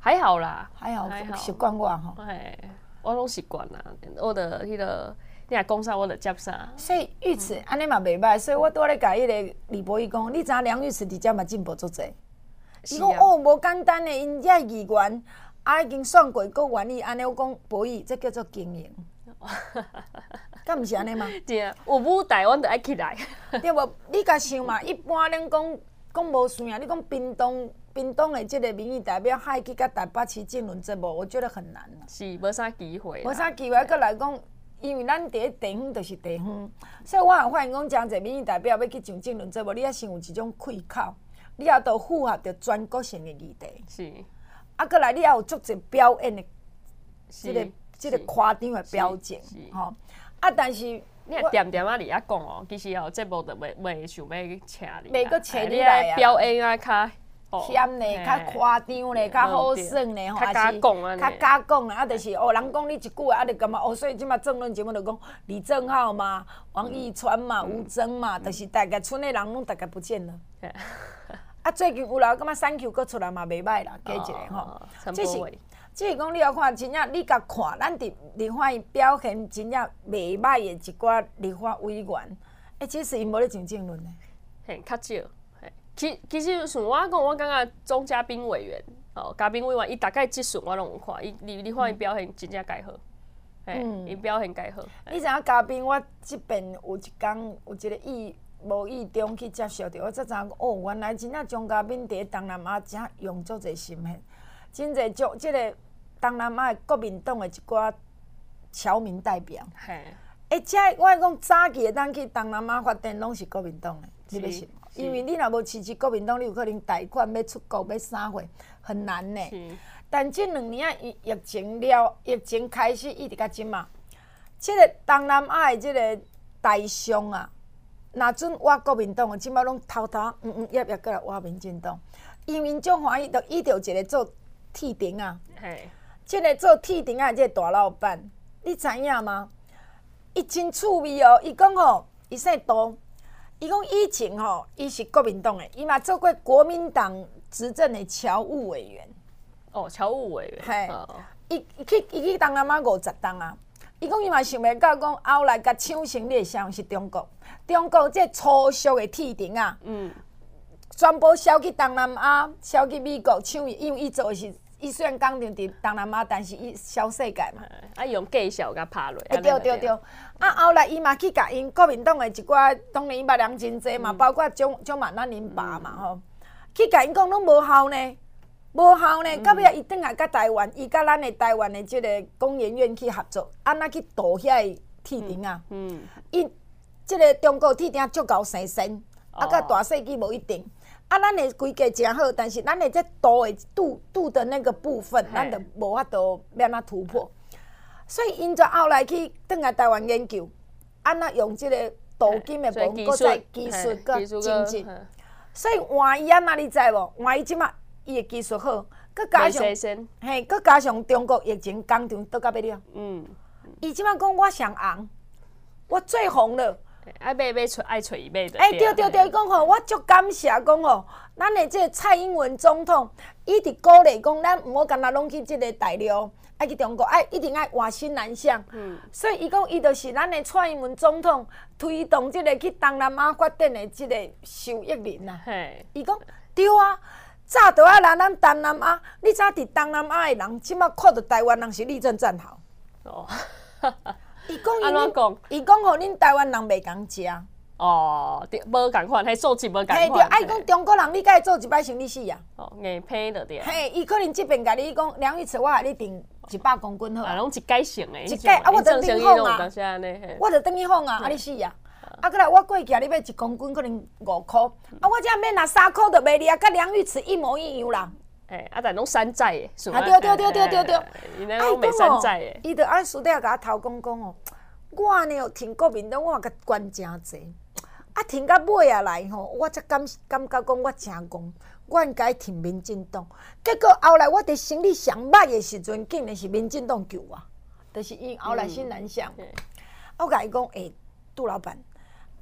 还好啦， 还好习惯我吼。 哎，我拢习惯啦，我的迄个。你若讲啥，我就接啥。 所以玉池安尼嘛袂歹，所以我拄仔咧甲迄个李博义讲，你知影梁玉池伫遮嘛进步足济。伊讲哦，无简单诶，因遮议员已经算过个原理，安尼我讲博义，这叫做经营。敢毋是安尼吗？ 对啊，有舞台，阮就爱起来。 对无？你甲想嘛，一般咱讲无算啊，你讲屏东的这个民意代表，还去甲台北市竞轮这无，我觉得很难啦。 是无啥机会。 无啥机会，佮来讲。因为咱伫咧地方就是地方，所以我也发现讲，真侪民意代表要去上政论节目，你也先有一种气口，你也都符合着全国性的议题。 是。 啊，过来你也有足侪表演的，这个夸张的表情，吼。啊，但是你也点点啊，你也讲哦，其实哦，节目就袂想要请你。 袂搁请你来啊。 表演啊，较。 险咧，较夸张咧，较好耍咧，吼， 较假讲啊， 较假讲啊，就是哦，人讲你一句话，啊，就感觉哦，所以即马政论节目就讲李正浩嘛、王义川嘛、吴峥嘛，就是大概村内人拢大概不见了。啊，最近有人感觉3Q 搁出来嘛，袂歹啦，加一个吼。这是讲你要看，真正你甲看，咱伫立法院表现真正袂歹的一寡立法委员，其实因无咧上政论的， 嘿，较少。其实像我讲，我感觉总嘉宾委员，嘉宾委员，伊大概即阵我拢有看，你看伊表现真正介好，伊表现介好。 你知影嘉宾，我即边有一天有一个无意中去接受着，我才知影哦，原来真正钟嘉宾伫东南亚真用足侪心血，真侪足即个东南亚国民党的一寡侨民代表。这我讲早期会当去东南亚发展，拢是国民党的，你要信？因为你若无支持国民党，你有可能贷款要出国要啥货，很难呢。但这2年啊，疫情开始一直到今嘛，这个东南亚的这个大商啊，若准挖国民党的，即马拢偷也过来挖民进党，因为种欢喜，就伊着一个做铁顶啊。这个做铁顶啊，这个大老板，你知影吗？伊真趣味哦，伊讲吼，伊姓杜。伊讲以前吼，伊是国民党的，伊嘛做过国民党执政的侨务委员。 哦，侨务委员。嘿， 伊去东南亚50档啊。伊讲伊嘛想袂到，讲后来甲抢胜利的商是中国。中国这粗俗的铁顶啊，全部销去东南亚，销去美国抢，因为伊做的是。伊虽然讲定伫东南亚，但是伊销世界嘛。 用介绍甲拍落。 对。后来伊嘛去甲因国民党的一寡，当然伊捌人真济嘛，包括蒋万安因爸嘛吼，去甲因讲拢无效呢，到尾伊转来甲台湾，伊甲咱的台湾的即个工研院去合作，安那去导遐铁顶啊。因即个中国铁顶足够生身，甲大细机无一定。咱的规格真好，但是咱的这镀的那个部分，咱就无法度要哪突破。所以因就后来去转来台湾研究，安那用这个镀金的部分，搁再技术搁精进。所以换伊安那你知无？换伊即马伊的技术好，搁加上搁加上中国疫情工厂倒到尾了。伊即马讲我上红，我最红了。 爱买爱找伊买的。 对，伊讲吼，我足感谢讲吼，咱的这个蔡英文总统一直鼓励讲，咱毋好干那拢去这个大陆，爱去中国，一定爱换新南向。所以伊讲，伊就是咱的蔡英文总统推动这个去东南亚发展的这个受益人呐。伊讲对啊，早就要来咱东南亚，你知伫东南亚的人，即马看到台湾人是立正站好。伊讲吼，恁台湾人袂共食。 无共款，迄素质无共款。 对，爱讲中国人，你甲伊做一摆生理死啊？ 硬批就对。 伊可能即边甲你讲，梁玉慈，我甲你订100公斤好。 拢一改性的。 一改，我就等于放啊。我就等于放啊，你死啊！过来我过去，你要1公斤可能5块，我这样免拿3块就卖你啊，甲梁玉慈一模一样啦。 但拢山寨的， 对。 伊那拢卖山寨的。 伊就按私底下甲我头讲哦，我呢挺国民党，我甲管真济，挺到尾啊来吼，我才感觉讲我真戆，我应该挺民进党。结果后来我伫心里上歹的时阵，竟然是民进党救我，就是因后来新南向。我甲伊讲，杜老板，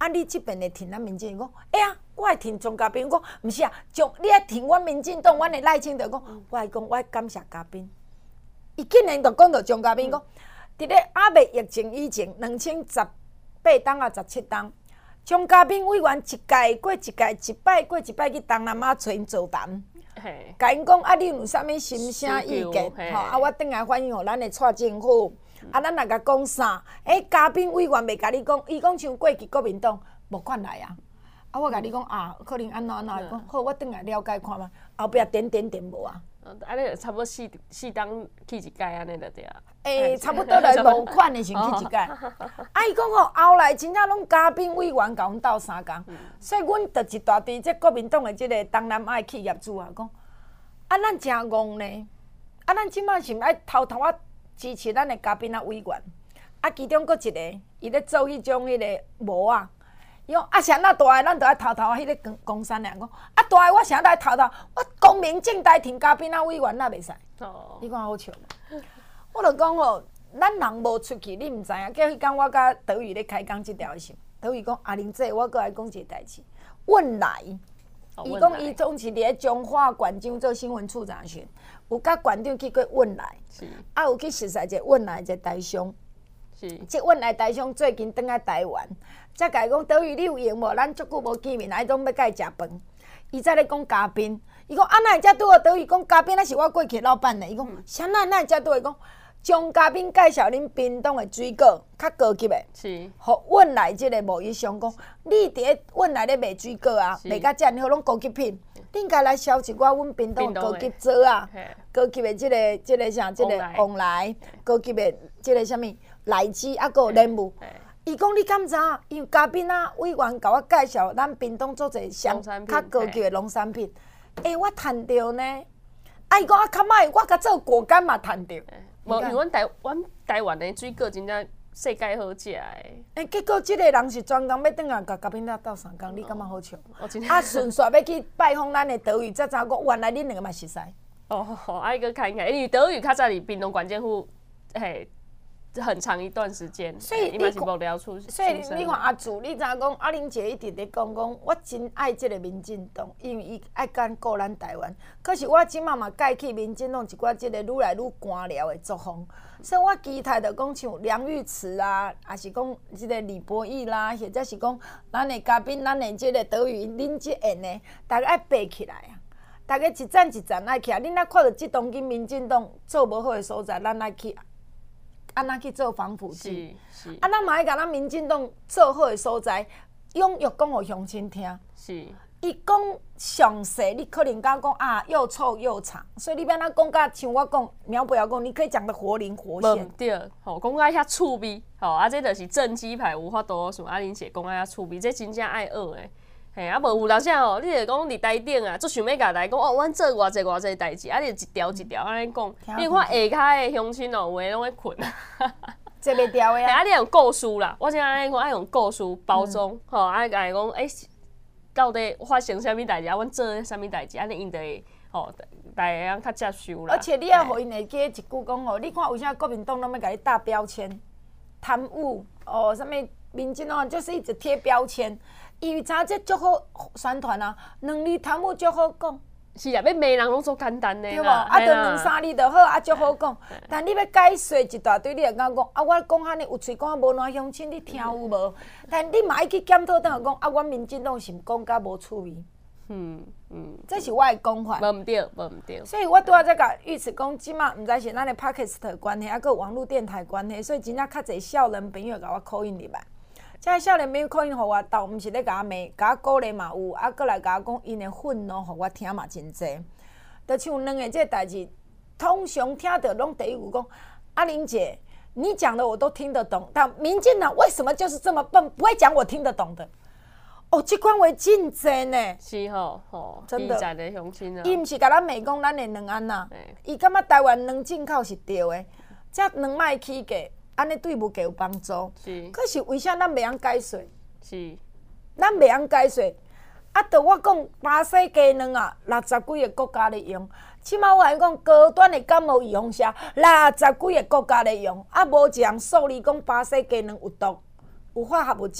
啊，你即边会挺咱民进？伊讲，哎呀，我会挺钟嘉宾。我讲，毋是啊，你爱挺阮民进党，阮的赖清德讲，我会讲，我爱感谢嘉宾。伊竟然就讲到钟嘉宾讲，伫咧还未疫情以前，2018冬啊17冬，钟嘉宾委员一届过一届，一摆过一摆去东南亚找因座谈。甲因讲啊，你有啥物心声意见？吼啊，我转来反映互咱的蔡政府。啊，咱若甲讲啥？嘉宾委员袂甲你讲，伊讲像过去国民党无款来啊。啊，我甲你讲啊，可能安怎安怎？讲好，我转来了解看觅，后壁点无啊。 安尼差不多4冬去一届安尼就对啊。 差不多来无款的先去一届。啊，伊讲吼，后来真正拢嘉宾委员甲阮斗相共，所以阮着一大堆这国民党的这个东南亚企业主啊，讲啊，咱真戆呢。啊，咱即摆是毋爱偷偷啊支持咱的嘉宾啊委员。啊，其中佫一个，伊咧做迄种迄个模啊。伊讲啊，啥那大个，咱着爱偷偷啊，迄个公山人讲啊，大个我啥都爱偷偷，我光明正大挺嘉宾啊委员那袂使。你看好笑无？我着讲吼，咱人无出去，你毋知影。叫迄天我甲德宇咧开讲即条的时候，德宇讲阿玲姐，我搁来讲一个代志。汶莱，伊讲伊总是伫咧中华馆长做新闻处长时，有甲馆长去过汶莱，啊有去熟悉一个汶莱一个台商。即汶莱台商最近转来台湾，才甲伊讲德宇，你有闲无？咱足久无见面，啊，总要甲伊食饭。伊才咧讲嘉宾，伊讲啊，哪会遮拄好德宇讲嘉宾，那是我过去老板呢。伊讲啥哪会遮拄好？伊讲将嘉宾介绍恁屏东的水果，较高级的，是，互汶莱即个贸易商讲，你伫咧汶莱咧卖水果啊，卖甲遮尔好，拢高级品，恁家来销一寡阮屏东高级枣啊，高级的即个啥，即个旺来，高级的即个啥物荔枝，啊，搁有莲雾。伊讲你敢知影？因为嘉宾啊，委员甲我介绍咱屏东做者上较高级的农产品，我趁着呢。啊，伊讲啊，较歹，我甲做果干嘛趁着。 无，因为阮台湾的水果真正世界好食的。 结果即个人是专工要转来甲嘉宾仔斗相共，你感觉好笑？啊，顺续要去拜访咱的德语，才知讲原来恁两个嘛熟悉。 啊，伊个看看，因为德语较早伫屏东县政府，很长一段时间， 所以你嘛是无聊出。 所以你看阿祖，你知影讲阿玲姐一直咧讲，我真爱即个民进党，因为伊爱干顾咱台湾。可是我即马嘛介起民进党一寡即个愈来愈官僚的作风，所以我期待着讲像梁玉慈啊，也是讲即个李博义啦，或者是讲咱的嘉宾，咱的即个德语恁即演的，大家爱爬起来啊！大家一站一站爱起来，恁爱看到即当今民进党做无好的所在，咱爱去。安怎去做防腐剂？啊，咱嘛爱甲咱民进党做好的所在，踊跃讲互乡亲听。是。伊讲详细，你可能敢讲啊，又臭又长，所以你要咱讲甲像我讲，苗不要讲，你可以讲得活灵活现。 对，讲甲遐趣味，啊，这就是正鸡排有法度像阿玲姐讲遐趣味，这真正爱学的。啊，无有人啥你就讲伫台顶啊，足想要甲大家讲阮做偌济代志，啊，你就一条一条安尼讲。你看下骹的乡亲有诶拢会困。 坐袂牢的啊！你用故事啦，我正安尼讲，爱用故事包装，爱甲伊讲，到底发生啥物代志啊？阮做啥物代志？安尼因就会大家较接受啦。 而且你要互因会记一句讲你看为啥国民党拢要甲你打标签？贪污啥物民进党就是一直贴标签。因为知影这足好宣传啊，两字贪污足好讲。 是啊，要骂人拢足简单的对无？啊，就两三字就好，啊，足好讲。但你要解说一大堆，你会敢讲啊？我讲遐尼有喙讲无烂乡亲，你听有无？但你嘛爱去检讨，等下讲啊，阮民进党是讲甲无趣味。这是我的讲法。 无毋对，无毋对。 所以我拄仔在甲玉慈讲，即马毋知是咱的 Podcast 关系，还佫网络电台关系，所以真正较侪少年朋友甲我call in入来。即个少年朋友可能互我斗，毋是咧甲我骂，甲我鼓励嘛有，啊，搁来甲我讲因的愤怒，互我听嘛真济。就像两个这代志，通常听到拢第一句讲，阿玲姐，你讲的我都听得懂，但民进党为什么就是这么笨，不会讲我听得懂的？这款话真济呢。是真的。在的乡亲啊。 伊毋是甲咱骂讲咱的两岸呐，伊感觉台湾两进口是对的，这两卖起价。安尼对物价有帮助，可是为啥咱袂晓解说？咱袂晓解说。啊，着我讲巴西鸡卵啊，60几个国家咧用。即马我来讲高端的感冒预防车，60几个国家咧用。啊，无一项数字讲巴西鸡卵有毒、有化学物质、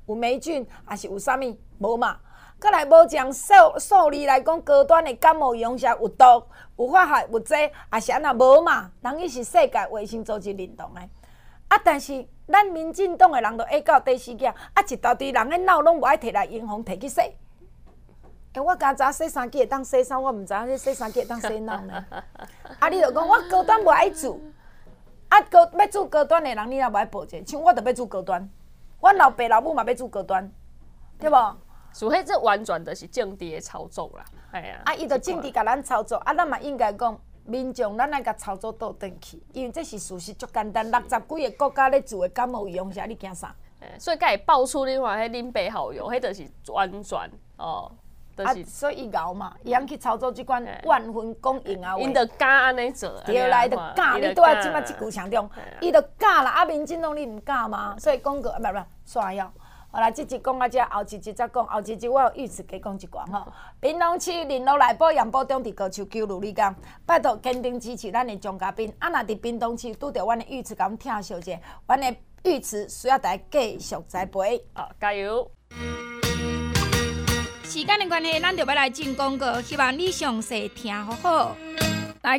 有霉菌，还是有啥物无嘛？再来无讲数理来讲，高端的感冒用下有毒、有化学物质，也是安那无嘛？人伊是世界卫生组织认同的。啊，但是咱民进党的人就下到第4件，一大堆人的脑拢无爱摕来银行摕去洗。我刚才洗衫机会当洗衫，我毋知影洗衫机会当洗脑呢。啊，你就讲我高端无爱煮，啊要煮高端的人，你也无爱报者，像我就要煮高端，阮老爸老母嘛要煮高端，对无？ 所以这完全就是政治的操作啦，哎呀。 啊，伊就政治甲咱操作，啊，咱嘛应该讲民众，咱爱甲操作倒转去，因为这是事实，足简单。60几个国家咧做的感冒用啥，你惊啥？ 所以，甲会爆出你看，迄恁爸好友，迄就是完全哦，就是。 所以伊熬嘛，伊通去操作即款万分讲用啊话。 因着敢安尼做。 对啦，伊着敢，你拄仔即摆即句强调，伊着敢啦。啊，民进党你毋敢吗？所以讲过，不，刷了。好啦，即集讲到这，后一集再讲。后一集我有预示加讲一寡吼。屏东市林路内埔杨埔中伫高树桥努力工，拜托坚定支持咱的张嘉宾。啊，若伫屏东市拄着阮的尉迟，甲阮听小者，阮的尉迟需要大家继续栽培。 加油！ 时间的关系，咱就要来进广告，希望你详细听好好。 来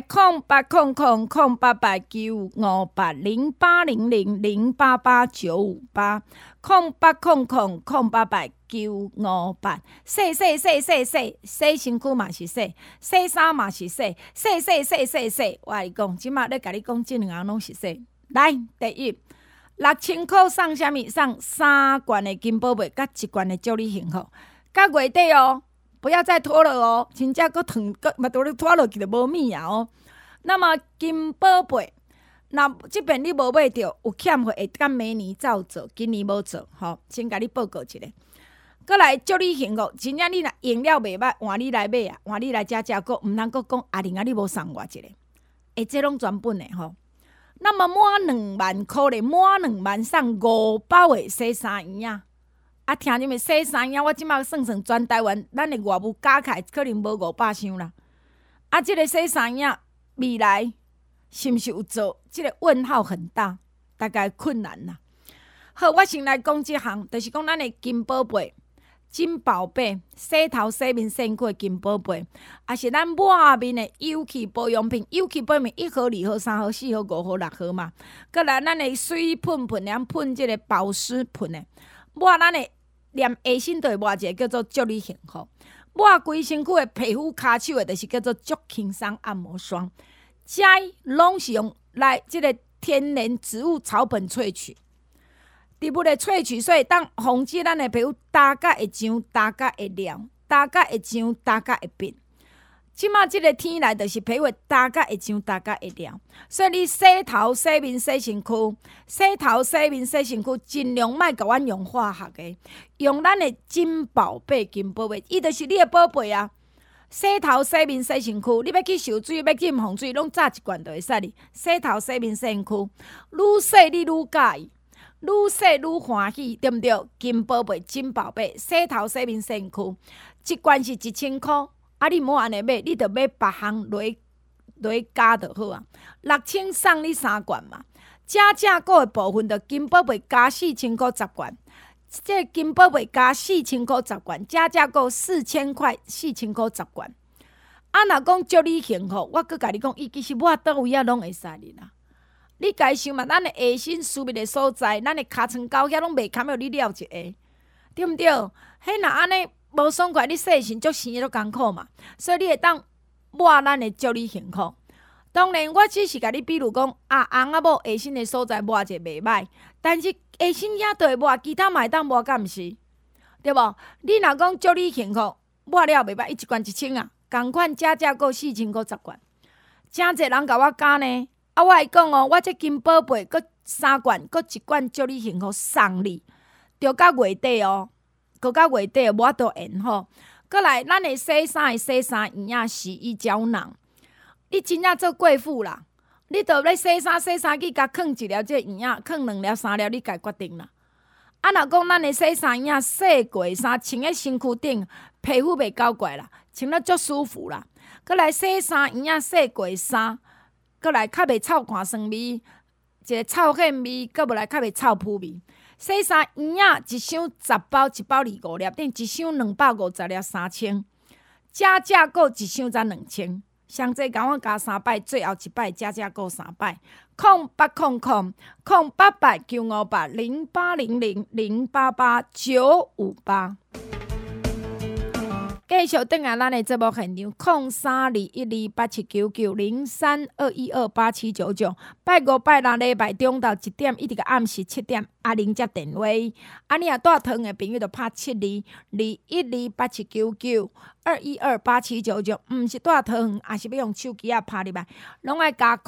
08009558080889580800989898，洗身躯嘛是洗，洗衫嘛是洗，洗。我甲你讲，即马咧甲你讲，即两项拢是洗。来，第一，6000块送啥物？送3罐的金宝贝，甲1罐的祝你幸福，甲月底哦。不要再拖了哦，真正搁烫，嘛都咧拖落去就无物啊哦。那么金宝贝，若即边你无买着，有欠货会当明年照做，今年无做，吼，先甲你报告一下。搁来祝你幸福，真正你若用了袂歹，换你来买啊，换你来食，搁毋通搁讲阿玲啊，你无送我一个，这拢全本的吼。那么满2万块咧，满2万送5包的洗衫衣啊。啊，听你们洗衫衣，我即马算全台湾，咱的外务加起来可能无500箱啦。啊，即个洗衫衣未来是毋是有做？即个问号很大，大概困难啦。好，我先来讲即项，就是讲咱的金宝贝、金宝贝、洗头、洗面、洗躯的金宝贝，也是咱抹面的有气保养品。有气保养品1号、2号、3号、4号、5号、6号嘛。搁来咱的水喷喷即个保湿喷的，抹咱的。连下身都会抹一个叫做祝你幸福，抹规身躯的皮肤、骹手的，就是叫做足轻松按摩霜。这拢是用来即个天然植物草本萃取，植物的萃取，所以当防止咱的皮肤打甲会痒、打甲会凉、打甲会痒、打甲会变。即马即个天来，就是皮肤打甲会痒、打甲会凉，所以你洗头、洗面、洗身躯，洗头、洗面、洗身躯，尽量莫甲阮用化学的，用咱的金宝贝、金宝贝，伊就是你的宝贝啊。洗头、洗面、洗身躯，你要去受水，要去防水，拢炸1罐就会使哩。洗头、洗面、洗身躯，愈洗你愈介意，愈洗愈欢喜，对毋对？金宝贝、金宝贝，洗头、洗面、洗身躯，1罐是1000块。啊！你莫安尼买，你着买别项落加就好啊。6000送你3罐嘛，正购的部分着金宝贝加4000块10罐，这金宝贝加4000块10罐，正购4000块4000块10罐。啊，若讲祝你幸福，我搁甲你讲，伊其实抹倒位啊拢会使哩啦。你家想嘛，咱的下身私密的所在，咱的尻川沟遐拢袂堪要你了一下，对毋对？迄若安尼。无爽快，你洗身足生足艰苦嘛，所以你会当抹咱的祝你幸福。当然，我只是甲你比如讲，翁仔某下身的所在抹者袂歹，但是下身遐都会抹，其他嘛会当抹，敢毋是？对无？你若讲祝你幸福，抹了袂歹，伊1罐1000啊，共款正购4000块10罐，真侪人甲我讲呢。啊，我会讲哦，我这金宝贝搁3罐，搁1罐祝你幸福送你，着到月底哦。搁到月底我都用吼，搁来咱的洗衫的洗衫衣啊，洗衣胶囊，你真正做贵妇啦，你着咧洗衫去甲放1粒这衣啊，放2粒3粒，你家决定啦。啊，若讲咱的洗衫衣啊，洗过衫穿在身躯顶，皮肤袂搞怪啦，穿了足舒服啦。搁来洗衫衣啊，洗过衫，搁来较袂臭汗酸味，一个臭汗味，搁无来较袂臭扑味。 洗衫圆仔一箱10包，1包25粒，等一箱250粒3000，加价购一箱才2000。上济甲我加3摆，最后一摆加价购3摆。0800-0888-0800-0888-958。继续转来咱的节目现场，0321287799，0321287799。拜五拜六礼拜中到1点，一直到暗时7点，阿玲接电话。你若带糖的朋友，就拍7221287799，21287799。毋是带糖，也是要用手机拍入来，拢爱加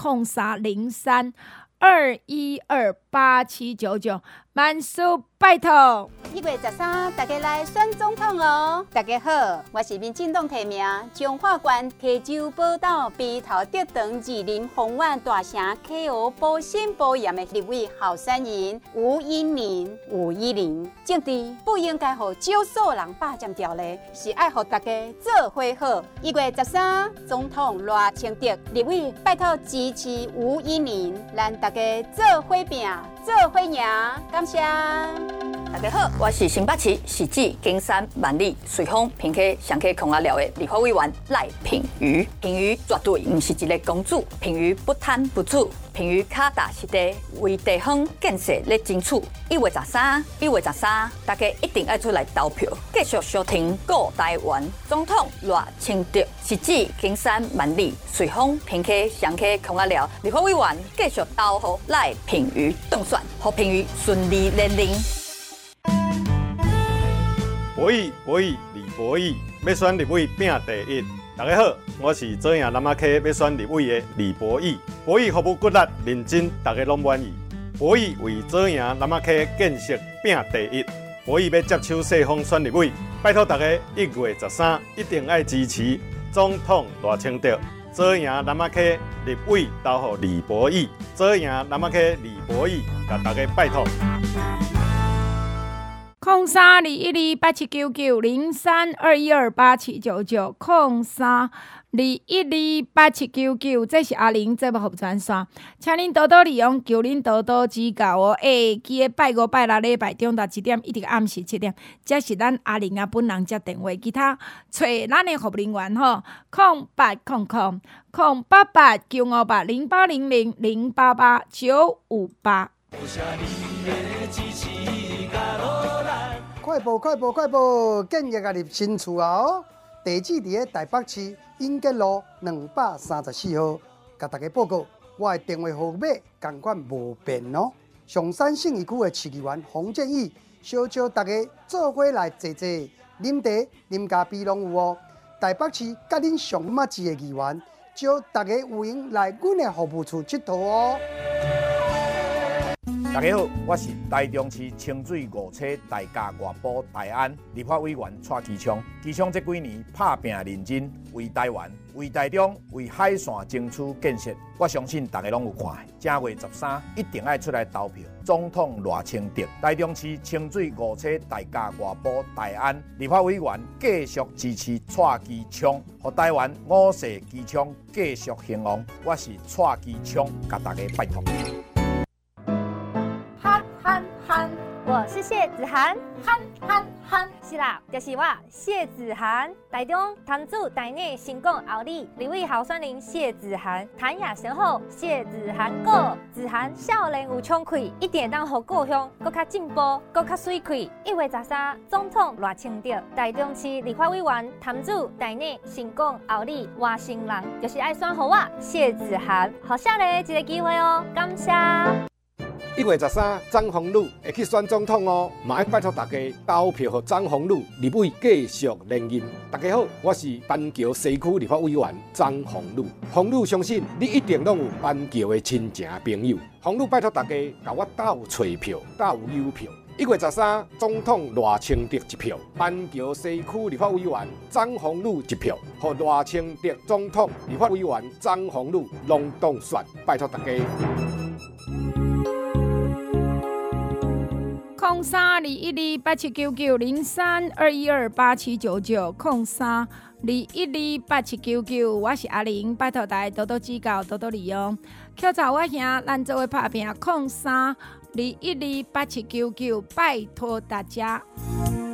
032321287799。万事拜托。 1月13，大家来选总统哦！大家好，我是民进党提名彰化县溪州宝岛鼻头竹塘二林丰苑大城 KO 保心保严的立委候选人吴依林。政治不应该让少数人霸占条例，是爱让大家做伙好。1月13，总统赖清德立委拜托支持吴依林，咱大家做伙拼，做伙赢，感谢。 大家好，我是新北市汐止、金山、万里、瑞丰、平溪、上溪控阿寮的立法委员赖品妤。品妤绝对不是一个公主，品妤不贪不醋，品妤脚踏实地为地方建设咧争取。1月13，大家一定要出来投票，继续收听顾台湾总统赖清德。汐止、金山、万里、瑞丰、平溪、上溪控阿寮立法委员继续投予赖品妤当选，让品妤顺利连任。 博弈，李博弈要选立委拼第1。大家好，我是左营南仔溪要选立委的李博弈。博弈服务骨力认真，大家拢满意。博弈为左营南仔溪建设拼第1。博弈要接手世丰选立委，拜托大家1月13一定要支持总统赖清德。左营南仔溪立委投予李博弈，左营南仔溪李博弈，甲大家拜托。 0321287799，0321287799，这是阿玲节目服传线，请恁多多利用，求恁多多指教哦。记得拜五拜六礼拜中到1点，一直到暗时7点，这是咱阿玲本人接电话，其他找咱的服务人员吼，0800-0888-0800-0888-958。 快报！建议啊入新厝啊哦！地址伫台北市永吉路234号。甲大家报告，我的电话号码同款无变哦。上山信义区的市议员洪建义，小大家做伙来坐坐，啉茶、啉咖啡拢有哦。台北市甲恁上马志的议员，招大家有闲来阮的服务处佚佗哦。 大家好，我是台中市清水5车大家外埔大安立法委员蔡其昌。其昌这几年打拼认真，为台湾、为台中、为海线争取建设，我相信大家拢有看。正月13一定要出来投票，总统赖清德。台中市清水5车大家外埔大安立法委员继续支持蔡其昌，让台湾5世其昌继续兴旺。我是蔡其昌，甲大家拜托。 我是谢子涵，是啦，就是我谢子涵。台中潭子台内成功后里立委候选人谢子涵，谈也上好，谢子涵过。子涵少年有冲气，一定当互故乡更较进步，更较水气。1月13，总统赖清德，台中市立法委员潭子台内成功后里外省人，就是爱选互我谢子涵，互少年一个机会哦，感谢。 1月13，张宏宇会去选总统哦，嘛要拜托大家投票给张宏宇立委继续连任。大家好，我是板桥西区立法委员张宏宇。宏宇相信你一定拢有板桥的亲情朋友。宏宇拜托大家甲我斗找票，斗邮票。1月13，总统赖清德1票，板桥西区立法委员张宏宇1票，和赖清德总统立法委员张宏宇拢当选，拜托大家。 0321287799，0321287799，我是阿玲，拜托大家多多指教，多多利用。口罩我兄，咱做伙拍拼， 2128799，拜托大家。